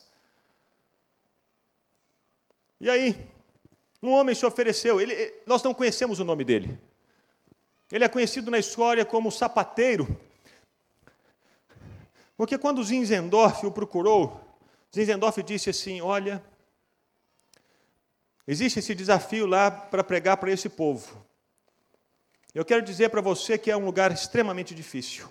E aí, um homem se ofereceu, nós não conhecemos o nome dele. Ele é conhecido na história como sapateiro, porque quando Zinzendorf o procurou, Zinzendorf disse assim: olha, existe esse desafio lá para pregar para esse povo. Eu quero dizer para você que é um lugar extremamente difícil.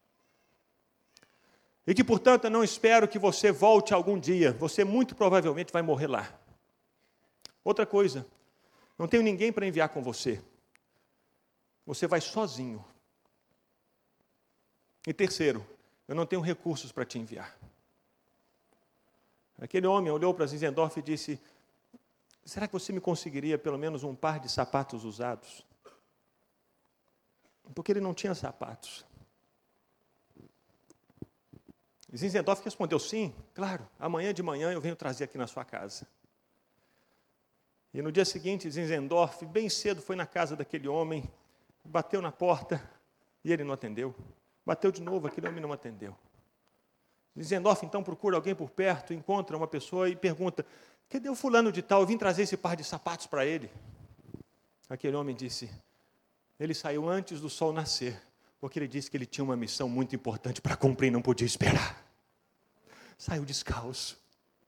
E que, portanto, eu não espero que você volte algum dia. Você muito provavelmente vai morrer lá. Outra coisa, não tenho ninguém para enviar com você. Você vai sozinho. E terceiro, eu não tenho recursos para te enviar. Aquele homem olhou para Zinzendorf e disse: será que você me conseguiria pelo menos um par de sapatos usados? Porque ele não tinha sapatos. Zinzendorf respondeu: sim, claro, amanhã de manhã eu venho trazer aqui na sua casa. E no dia seguinte, Zinzendorf, bem cedo, foi na casa daquele homem, bateu na porta e ele não atendeu. Bateu de novo, aquele homem não atendeu. Zinzendorf então procura alguém por perto, encontra uma pessoa e pergunta: cadê o fulano de tal? Eu vim trazer esse par de sapatos para ele. Aquele homem disse: ele saiu antes do sol nascer, porque ele disse que ele tinha uma missão muito importante para cumprir e não podia esperar. Saiu descalço.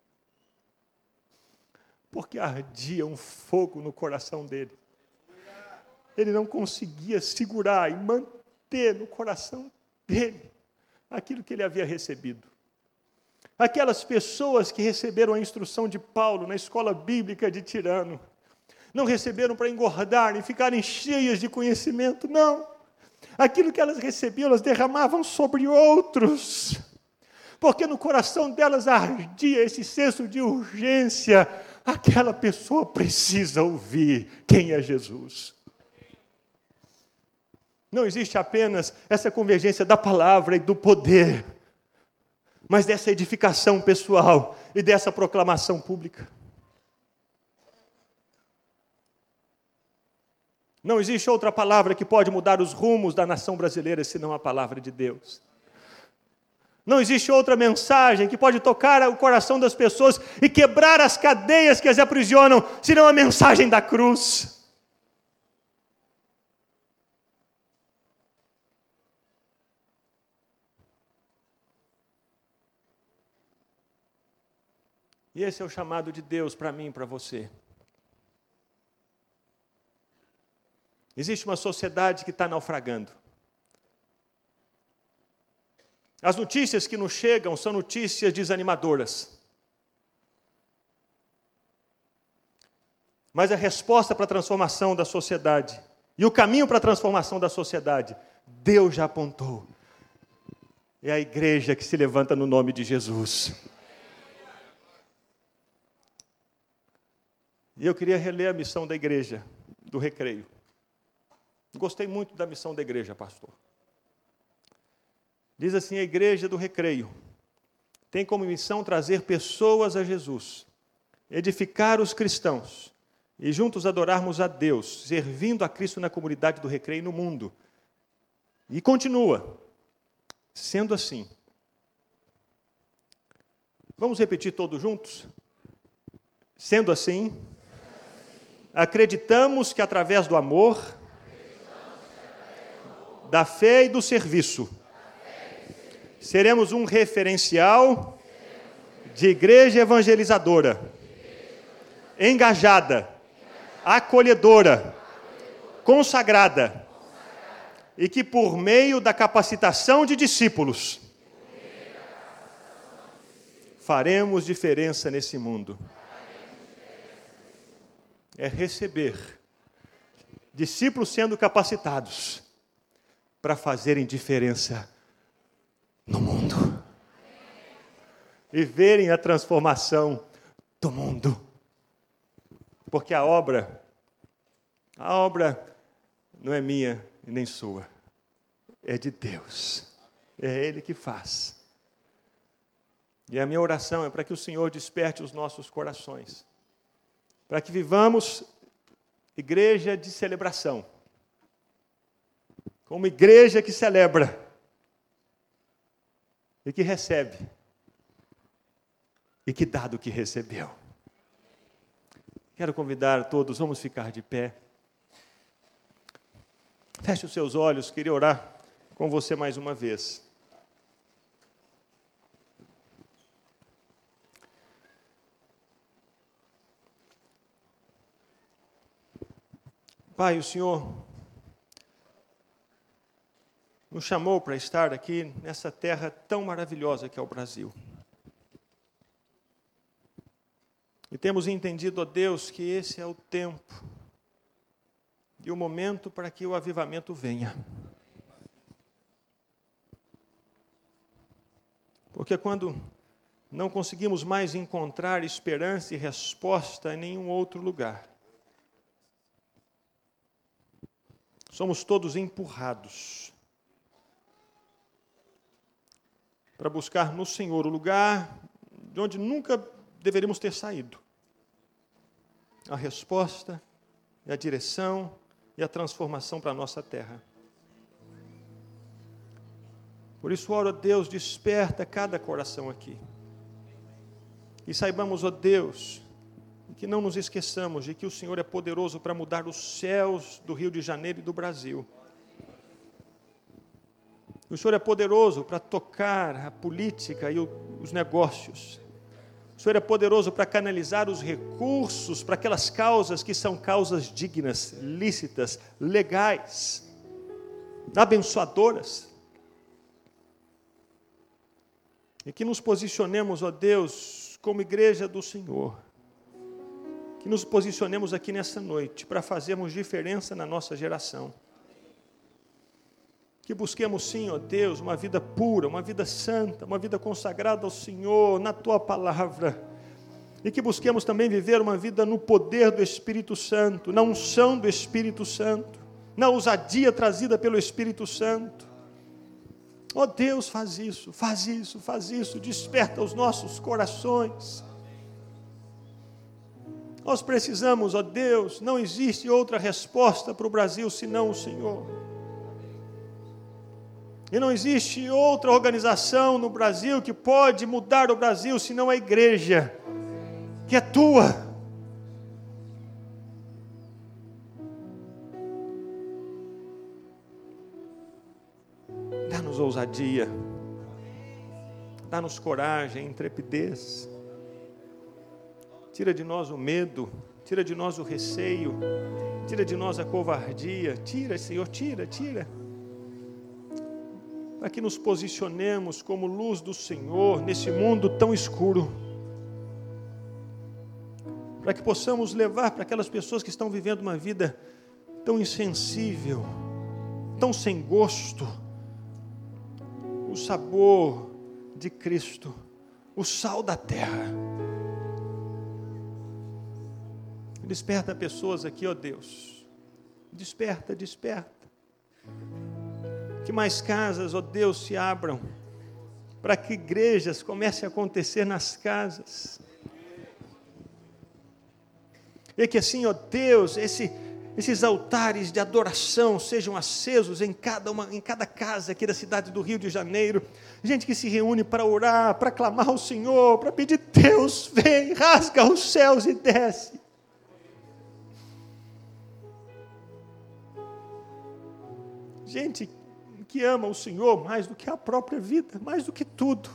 Porque ardia um fogo no coração dele. Ele não conseguia segurar e manter no coração dele aquilo que ele havia recebido. Aquelas pessoas que receberam a instrução de Paulo na escola bíblica de Tirano, não receberam para engordar e ficarem cheias de conhecimento, não. Aquilo que elas recebiam, elas derramavam sobre outros, porque no coração delas ardia esse senso de urgência. Aquela pessoa precisa ouvir quem é Jesus. Não existe apenas essa convergência da palavra e do poder, mas dessa edificação pessoal e dessa proclamação pública. Não existe outra palavra que pode mudar os rumos da nação brasileira senão a palavra de Deus. Não existe outra mensagem que pode tocar o coração das pessoas e quebrar as cadeias que as aprisionam senão a mensagem da cruz. E esse é o chamado de Deus para mim e para você. Existe uma sociedade que está naufragando. As notícias que nos chegam são notícias desanimadoras. Mas a resposta para a transformação da sociedade e o caminho para a transformação da sociedade, Deus já apontou. É a igreja que se levanta no nome de Jesus. E eu queria reler a missão da igreja, do Recreio. Gostei muito da missão da igreja, pastor. Diz assim: a igreja do Recreio tem como missão trazer pessoas a Jesus, edificar os cristãos e juntos adorarmos a Deus, servindo a Cristo na comunidade do Recreio e no mundo. E continua, sendo assim. Vamos repetir todos juntos? Sendo assim, acreditamos que através do amor, da fé e do serviço, seremos um referencial de igreja evangelizadora, engajada, acolhedora, consagrada, e que por meio da capacitação de discípulos, faremos diferença nesse mundo. É receber discípulos sendo capacitados para fazerem diferença no mundo e verem a transformação do mundo. Porque a obra não é minha e nem sua, é de Deus, é Ele que faz. E a minha oração é para que o Senhor desperte os nossos corações, para que vivamos igreja de celebração, como igreja que celebra e que recebe e que dá do que recebeu. Quero convidar todos, vamos ficar de pé. Feche os seus olhos, queria orar com você mais uma vez. Pai, o Senhor nos chamou para estar aqui nessa terra tão maravilhosa que é o Brasil. E temos entendido, ó Deus, que esse é o tempo e o momento para que o avivamento venha. Porque quando não conseguimos mais encontrar esperança e resposta em nenhum outro lugar, somos todos empurrados para buscar no Senhor o lugar de onde nunca deveríamos ter saído. A resposta e a direção e a transformação para a nossa terra. Por isso, oro a Deus, desperta cada coração aqui. E saibamos, ó Deus, que não nos esqueçamos de que o Senhor é poderoso para mudar os céus do Rio de Janeiro e do Brasil. O Senhor é poderoso para tocar a política e os negócios. O Senhor é poderoso para canalizar os recursos para aquelas causas que são causas dignas, lícitas, legais, abençoadoras. E que nos posicionemos, ó Deus, como igreja do Senhor. Que nos posicionemos aqui nessa noite para fazermos diferença na nossa geração. Que busquemos sim, ó Deus, uma vida pura, uma vida santa, uma vida consagrada ao Senhor, na Tua palavra. E que busquemos também viver uma vida no poder do Espírito Santo, na unção do Espírito Santo, na ousadia trazida pelo Espírito Santo. Ó Deus, faz isso, faz isso, faz isso, desperta os nossos corações. Nós precisamos, ó Deus, não existe outra resposta para o Brasil senão o Senhor. E não existe outra organização no Brasil que pode mudar o Brasil senão a igreja, que é tua. Dá-nos ousadia, dá-nos coragem, intrepidez. Tira de nós o medo, tira de nós o receio, tira de nós a covardia. Tira, Senhor, tira. Para que nos posicionemos como luz do Senhor nesse mundo tão escuro. Para que possamos levar para aquelas pessoas que estão vivendo uma vida tão insensível, tão sem gosto, o sabor de Cristo, o sal da terra. Desperta pessoas aqui, ó Deus. Desperta. Que mais casas, ó Deus, se abram, para que igrejas comecem a acontecer nas casas. E que assim, ó Deus, esses altares de adoração sejam acesos em cada casa aqui da cidade do Rio de Janeiro. Gente que se reúne para orar, para clamar ao Senhor, para pedir, Deus, vem, rasga os céus e desce. Gente que ama o Senhor mais do que a própria vida, mais do que tudo.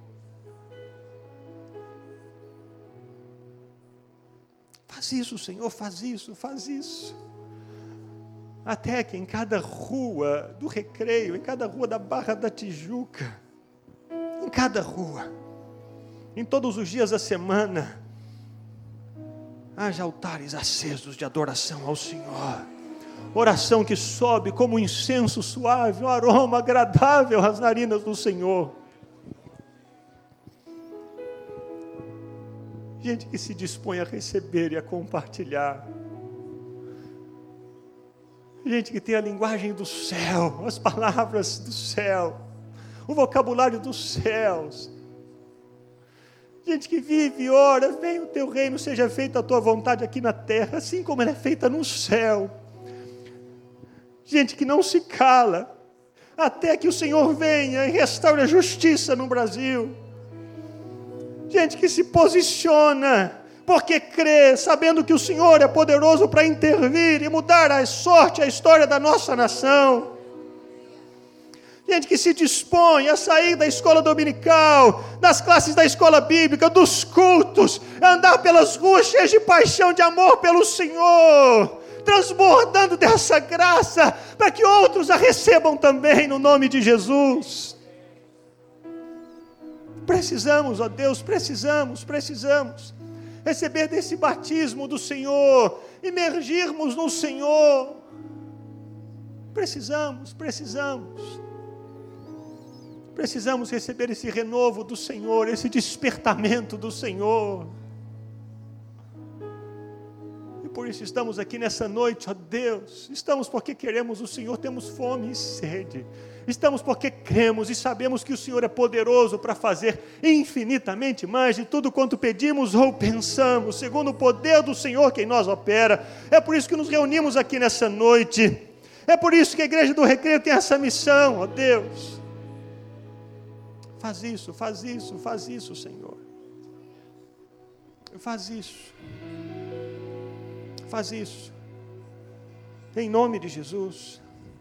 Faz isso, Senhor, faz isso. Até que em cada rua do Recreio, em cada rua da Barra da Tijuca, em cada rua, em todos os dias da semana, haja altares acesos de adoração ao Senhor. Oração que sobe como um incenso suave, um aroma agradável às narinas do Senhor. Gente que se dispõe a receber e a compartilhar. Gente que tem a linguagem do céu, as palavras do céu, o vocabulário dos céus. Gente que vive e ora, venha o teu reino, seja feita a tua vontade aqui na terra, assim como ela é feita no céu. Gente que não se cala, até que o Senhor venha e restaure a justiça no Brasil. Gente que se posiciona porque crê, sabendo que o Senhor é poderoso para intervir e mudar a sorte, a história da nossa nação. Gente que se dispõe a sair da escola dominical, das classes da escola bíblica, dos cultos, a andar pelas ruas cheias de paixão, de amor pelo Senhor, transbordando dessa graça, para que outros a recebam também, no nome de Jesus. Precisamos, ó Deus, precisamos receber desse batismo do Senhor, imergirmos no Senhor. Precisamos receber esse renovo do Senhor, esse despertamento do Senhor. E por isso estamos aqui nessa noite, ó Deus. Estamos porque queremos o Senhor, temos fome e sede. Estamos porque cremos e sabemos que o Senhor é poderoso para fazer infinitamente mais de tudo quanto pedimos ou pensamos, segundo o poder do Senhor que em nós opera. É por isso que nos reunimos aqui nessa noite. É por isso que a Igreja do Recreio tem essa missão, ó Deus. Faz isso, Senhor. Faz isso. Em nome de Jesus.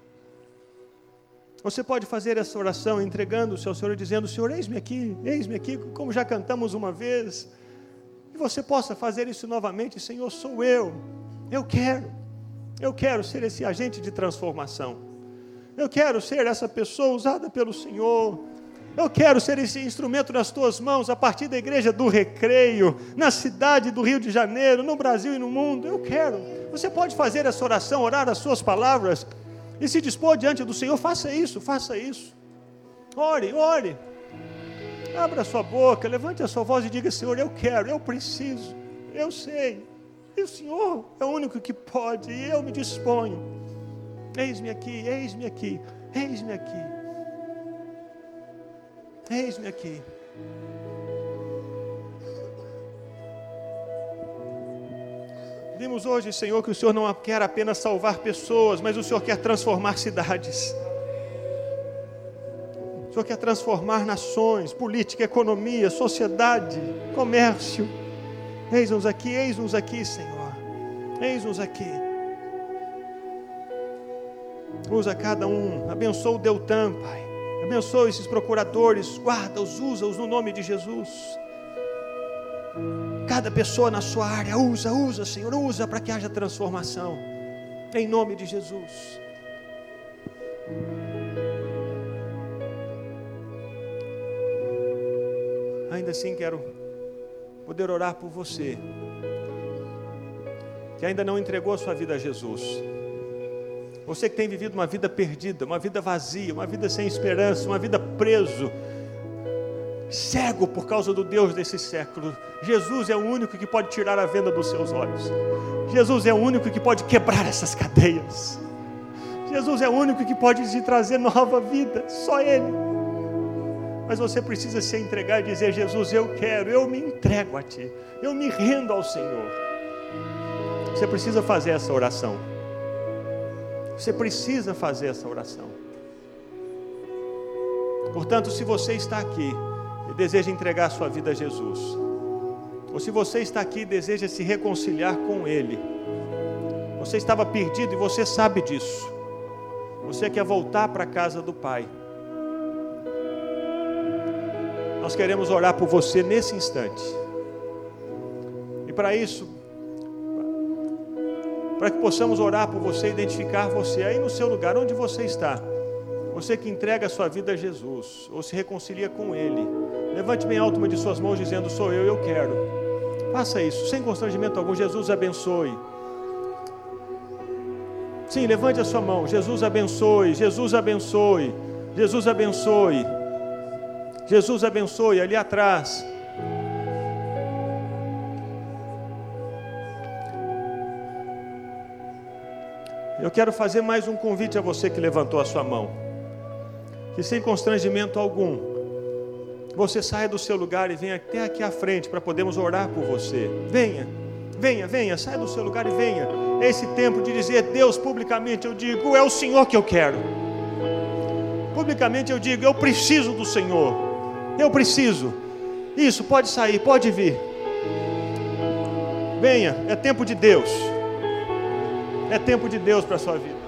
Você pode fazer essa oração entregando-se ao Senhor e dizendo: Senhor, eis-me aqui, como já cantamos uma vez. E você possa fazer isso novamente: Senhor, sou eu. Eu quero ser esse agente de transformação. Eu quero ser essa pessoa usada pelo Senhor. Eu quero ser esse instrumento nas tuas mãos, a partir da Igreja do Recreio, na cidade do Rio de Janeiro, no Brasil e no mundo. Eu quero. Você pode fazer essa oração, orar as suas palavras e se dispor diante do Senhor. Faça isso. Ore. Abra a sua boca, levante a sua voz e diga: Senhor, eu quero, eu preciso, eu sei. E o Senhor é o único que pode, e eu me disponho. Eis-me aqui. Vimos hoje, Senhor, que o Senhor não quer apenas salvar pessoas, mas o Senhor quer transformar cidades. O Senhor quer transformar nações, política, economia, sociedade, comércio. Eis-nos aqui, Senhor. Eis-nos aqui. Usa cada um. Abençoa o Deltan, Pai. Abençoa esses procuradores, guarda-os, usa-os no nome de Jesus. Cada pessoa na sua área, usa, Senhor, usa para que haja transformação. Em nome de Jesus. Ainda assim quero poder orar por você, que ainda não entregou a sua vida a Jesus. Você que tem vivido uma vida perdida, uma vida vazia, uma vida sem esperança, uma vida preso, cego por causa do Deus desse século. Jesus é o único que pode tirar a venda dos seus olhos. Jesus é o único que pode quebrar essas cadeias. Jesus é o único que pode te trazer nova vida, só Ele. Mas você precisa se entregar e dizer: Jesus, eu quero, eu me entrego a Ti, eu me rendo ao Senhor. Você precisa fazer essa oração. Portanto, se você está aqui e deseja entregar a sua vida a Jesus, ou se você está aqui e deseja se reconciliar com Ele, você estava perdido e você sabe disso, você quer voltar para a casa do Pai, nós queremos orar por você nesse instante. E para isso, para que possamos orar por você, identificar você aí no seu lugar, onde você está, você que entrega a sua vida a Jesus, ou se reconcilia com Ele, levante bem alto uma de suas mãos dizendo: sou eu quero. Faça isso, sem constrangimento algum. Jesus abençoe. Sim, levante a sua mão. Jesus abençoe, Jesus abençoe, Jesus abençoe, Jesus abençoe, ali atrás. Eu quero fazer mais um convite a você que levantou a sua mão, que sem constrangimento algum, você saia do seu lugar e venha até aqui à frente para podermos orar por você. Venha, saia do seu lugar e venha. É esse tempo de dizer: Deus, publicamente eu digo, é o Senhor que eu quero. Publicamente eu digo, eu preciso do Senhor. Eu preciso. Isso, pode sair, pode vir. venha, é tempo de Deus. É tempo de Deus para a sua vida.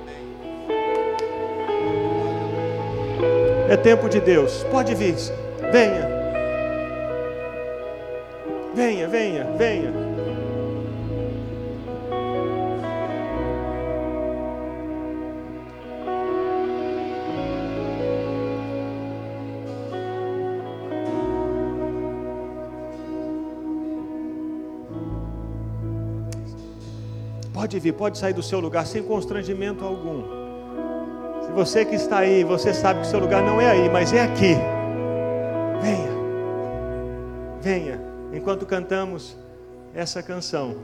É tempo de Deus. Pode vir, venha. Venha, venha, venha. Pode vir, pode sair do seu lugar sem constrangimento algum. Se você que está aí, você sabe que o seu lugar não é aí, mas é aqui. Venha, venha, enquanto cantamos essa canção.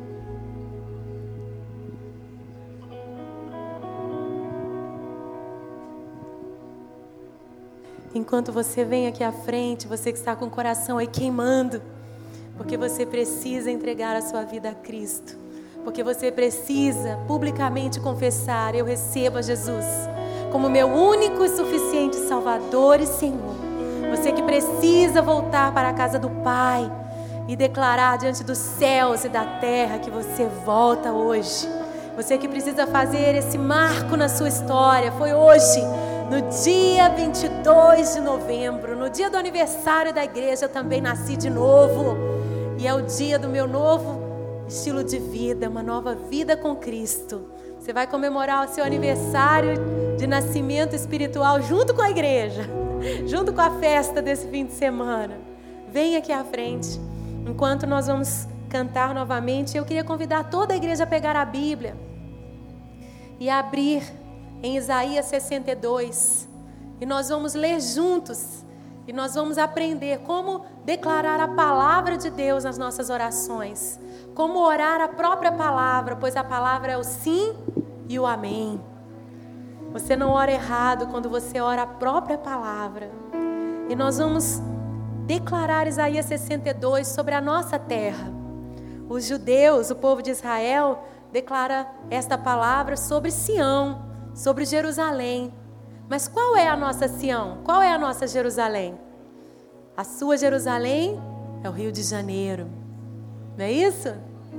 Enquanto você vem aqui à frente, você que está com o coração aí queimando, porque você precisa entregar a sua vida a Cristo. Porque você precisa publicamente confessar: eu recebo a Jesus como meu único e suficiente Salvador e Senhor. Você que precisa voltar para a casa do Pai e declarar diante dos céus e da terra que você volta hoje. Você que precisa fazer esse marco na sua história. Foi hoje, no dia 22 de novembro, no dia do aniversário da igreja, eu também nasci de novo. E é o dia do meu novo estilo de vida, uma nova vida com Cristo. Você vai comemorar o seu aniversário de nascimento espiritual junto com a igreja, junto com a festa desse fim de semana. Vem aqui à frente, enquanto nós vamos cantar novamente. Eu queria convidar toda a igreja a pegar a Bíblia e abrir em Isaías 62, e nós vamos ler juntos, e nós vamos aprender como declarar a palavra de Deus nas nossas orações, como orar a própria palavra, pois a palavra é o sim e o amém. Você não ora errado quando você ora a própria palavra. E nós vamos declarar Isaías 62 sobre a nossa terra. Os judeus, o povo de Israel, declara esta palavra sobre Sião, sobre Jerusalém. Mas qual é a nossa Sião? Qual é a nossa Jerusalém? A sua Jerusalém é o Rio de Janeiro. Não é isso?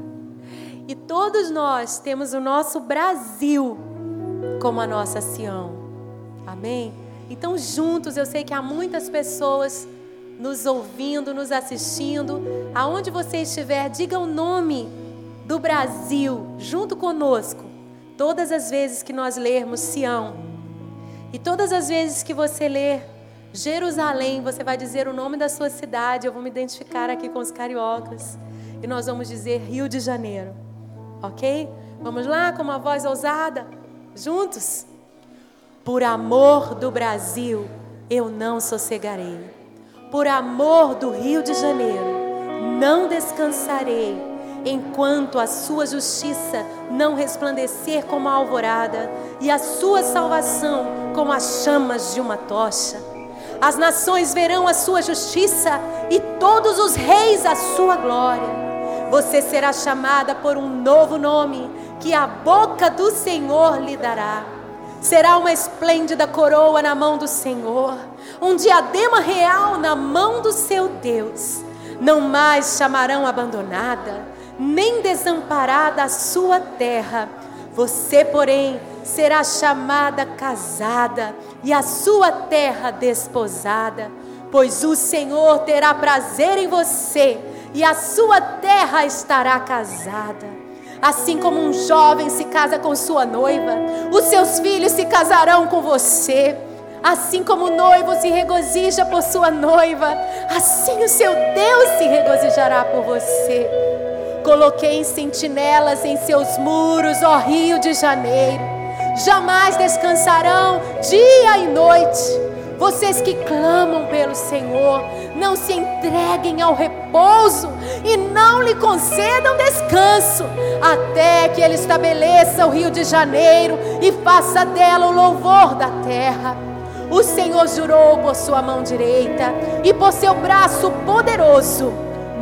E todos nós temos o nosso Brasil como a nossa Sião. Amém? Então juntos, eu sei que há muitas pessoas nos ouvindo, nos assistindo. Aonde você estiver, diga o nome do Brasil junto conosco. Todas as vezes que nós lermos Sião, e todas as vezes que você ler Jerusalém, você vai dizer o nome da sua cidade. Eu vou me identificar aqui com os cariocas. E nós vamos dizer Rio de Janeiro. Ok? Vamos lá com uma voz ousada, juntos. Por amor do Brasil, eu não sossegarei. Por amor do Rio de Janeiro, não descansarei, enquanto a sua justiça não resplandecer como a alvorada e a sua salvação como as chamas de uma tocha. As nações verão a sua justiça e todos os reis a sua glória. Você será chamada por um novo nome que a boca do Senhor lhe dará. Será uma esplêndida coroa na mão do Senhor, um diadema real na mão do seu Deus. Não mais chamarão abandonada, nem desamparada a sua terra. Você, porém, será chamada casada e a sua terra desposada, pois o Senhor terá prazer em você e a sua terra estará casada. Assim como um jovem se casa com sua noiva, os seus filhos se casarão com você. Assim como o noivo se regozija por sua noiva, assim o seu Deus se regozijará por você. Coloquei sentinelas em seus muros, ó Rio de Janeiro. Jamais descansarão dia e noite. Vocês que clamam pelo Senhor, não se entreguem ao repouso e não lhe concedam descanso, até que Ele estabeleça o Rio de Janeiro e faça dela o louvor da terra. O Senhor jurou por sua mão direita e por seu braço poderoso: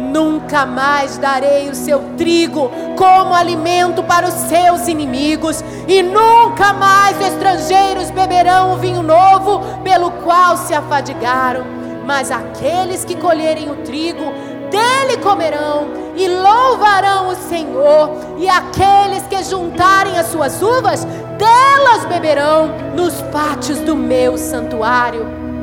nunca mais darei o seu trigo como alimento para os seus inimigos, e nunca mais estrangeiros beberão o vinho novo pelo qual se afadigaram. Mas aqueles que colherem o trigo dele comerão e louvarão o Senhor, e aqueles que juntarem as suas uvas, delas beberão nos pátios do meu santuário.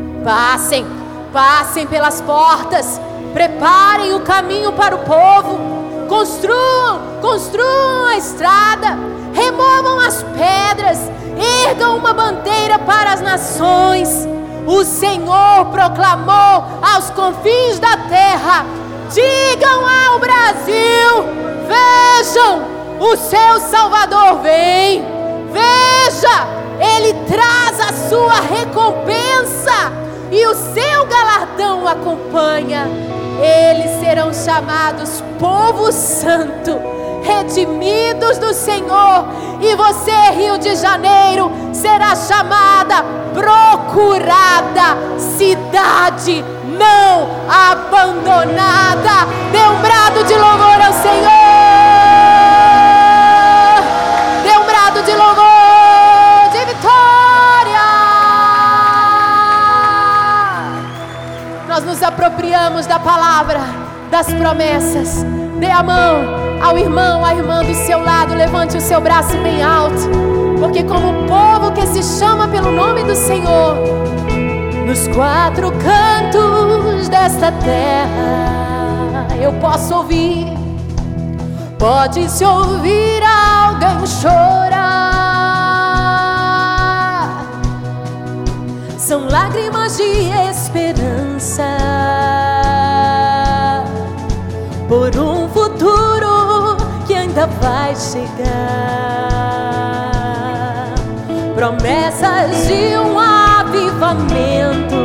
Passem pelas portas, preparem o caminho para o povo, construam a estrada, removam as pedras, ergam uma bandeira para as nações. O Senhor proclamou aos confins da terra: digam ao Brasil: vejam, o seu Salvador vem. Veja, Ele traz a sua recompensa e o seu galardão o acompanha. Eles serão chamados povo santo, redimidos do Senhor. E você, Rio de Janeiro, será chamada procurada, cidade não abandonada. Dê um brado de louvor ao Senhor. Dê um brado de louvor, de vitória. Nós nos apropriamos da palavra, das promessas. Dê a mão ao irmão, à irmã do seu lado. Levante o seu braço bem alto, porque como povo que se chama pelo nome do Senhor, nos quatro cantos desta terra, eu posso ouvir, pode-se ouvir alguém chorar. São lágrimas de esperança por um futuro que ainda vai chegar. Promessas de um avivamento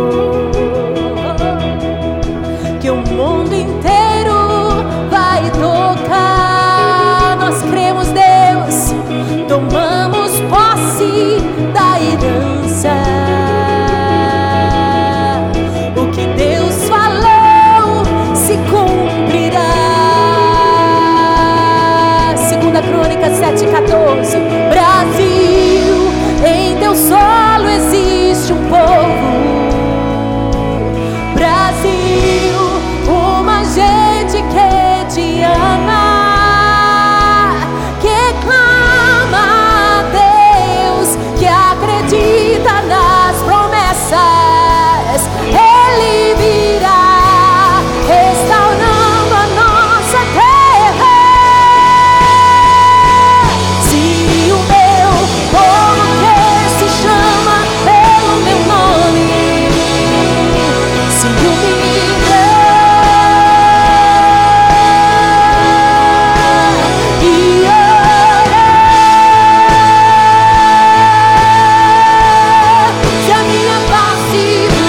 que o mundo inteiro vai tocar. Nós cremos, Deus, tomamos posse da herança. O que Deus falou se cumprirá. 2 Crônicas 7:14. Brasil, em teu solo existe um povo. Brasil, uma gente que te ama, que clama a Deus, que acredita nas promessas. Ele virá restaurando a nossa terra. Se o meu povo que se chama pelo meu nome se humilhar e orar, se a minha face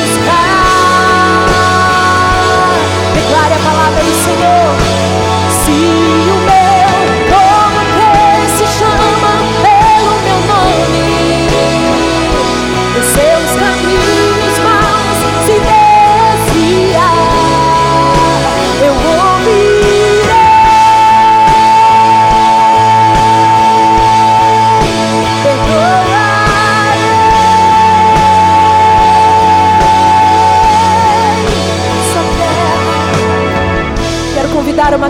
buscar, declare a palavra do Senhor. Se o meu povo que se chama pelo meu nome, os seus caminhos maus se desviar, eu ouvirei, perdoarei. Essa terra. Quero convidar uma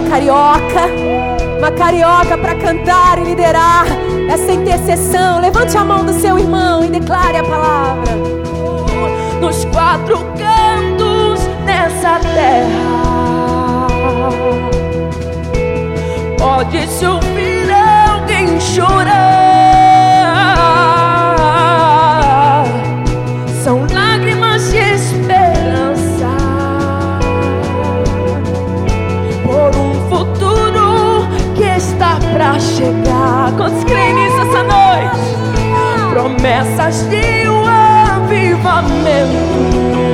carioca para cantar e liderar essa intercessão. Levante a mão do seu irmão e declare a palavra. Nos quatro cantos dessa terra, pode-se ouvir alguém chorar. São lágrimas de esperança por um futuro que está pra chegar. Quantos creem nisso essa noite? Promessas de um avivamento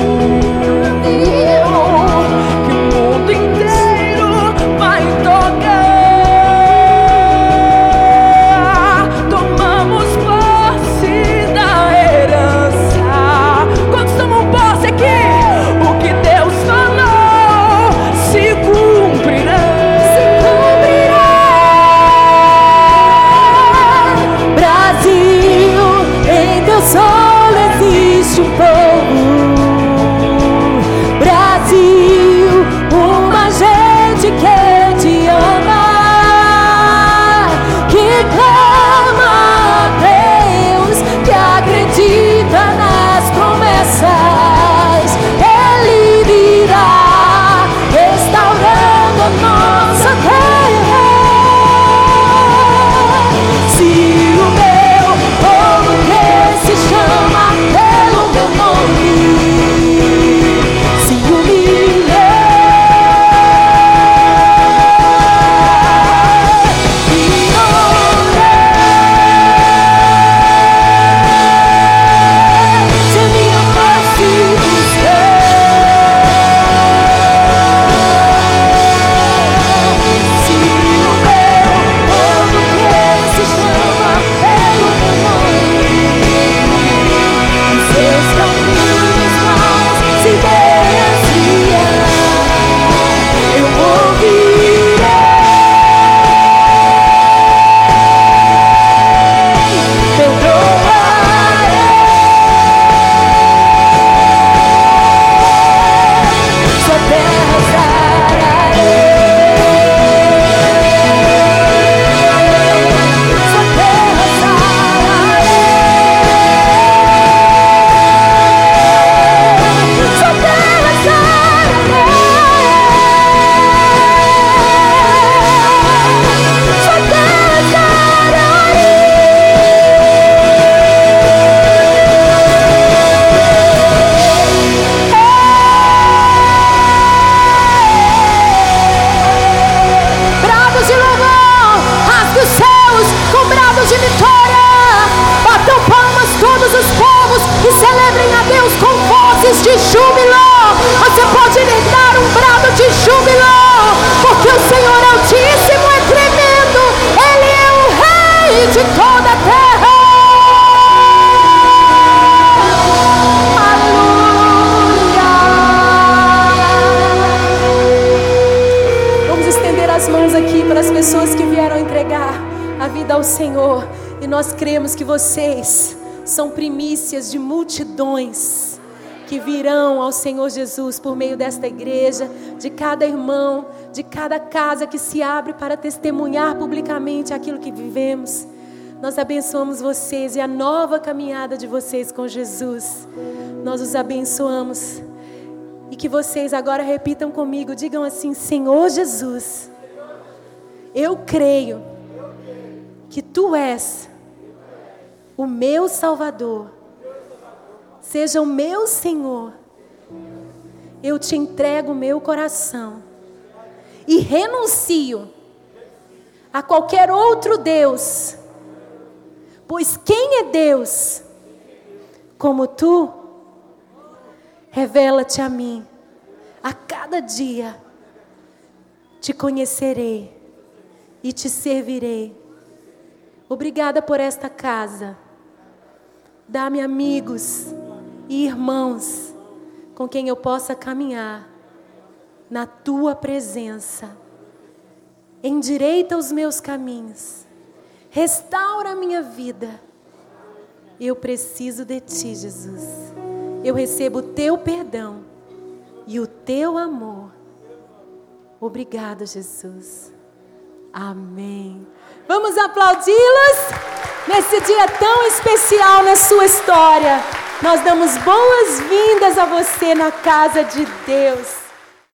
que o mundo inteiro vai tocar. Tomamos posse da herança. Quantos tomam posse aqui? O que Deus falou se cumprirá. Brasil, em teu sol Senhor, e nós cremos que vocês são primícias de multidões que virão ao Senhor Jesus por meio desta igreja, de cada irmão, de cada casa que se abre para testemunhar publicamente aquilo que vivemos. Nós abençoamos vocês e a nova caminhada de vocês com Jesus. Nós os abençoamos. E que vocês agora repitam comigo, digam assim: Senhor Jesus, eu creio que Tu és o meu Salvador. Seja o meu Senhor. Eu Te entrego o meu coração e renuncio a qualquer outro Deus, pois quem é Deus como Tu? Revela-te a mim. A cada dia Te conhecerei e Te servirei. Obrigada por esta casa. Dá-me amigos e irmãos com quem eu possa caminhar na Tua presença. Endireita os meus caminhos. Restaura a minha vida. Eu preciso de Ti, Jesus. Eu recebo o Teu perdão e o Teu amor. Obrigada, Jesus. Amém. Vamos aplaudi-los nesse dia tão especial na sua história. Nós damos boas-vindas a você na casa de Deus.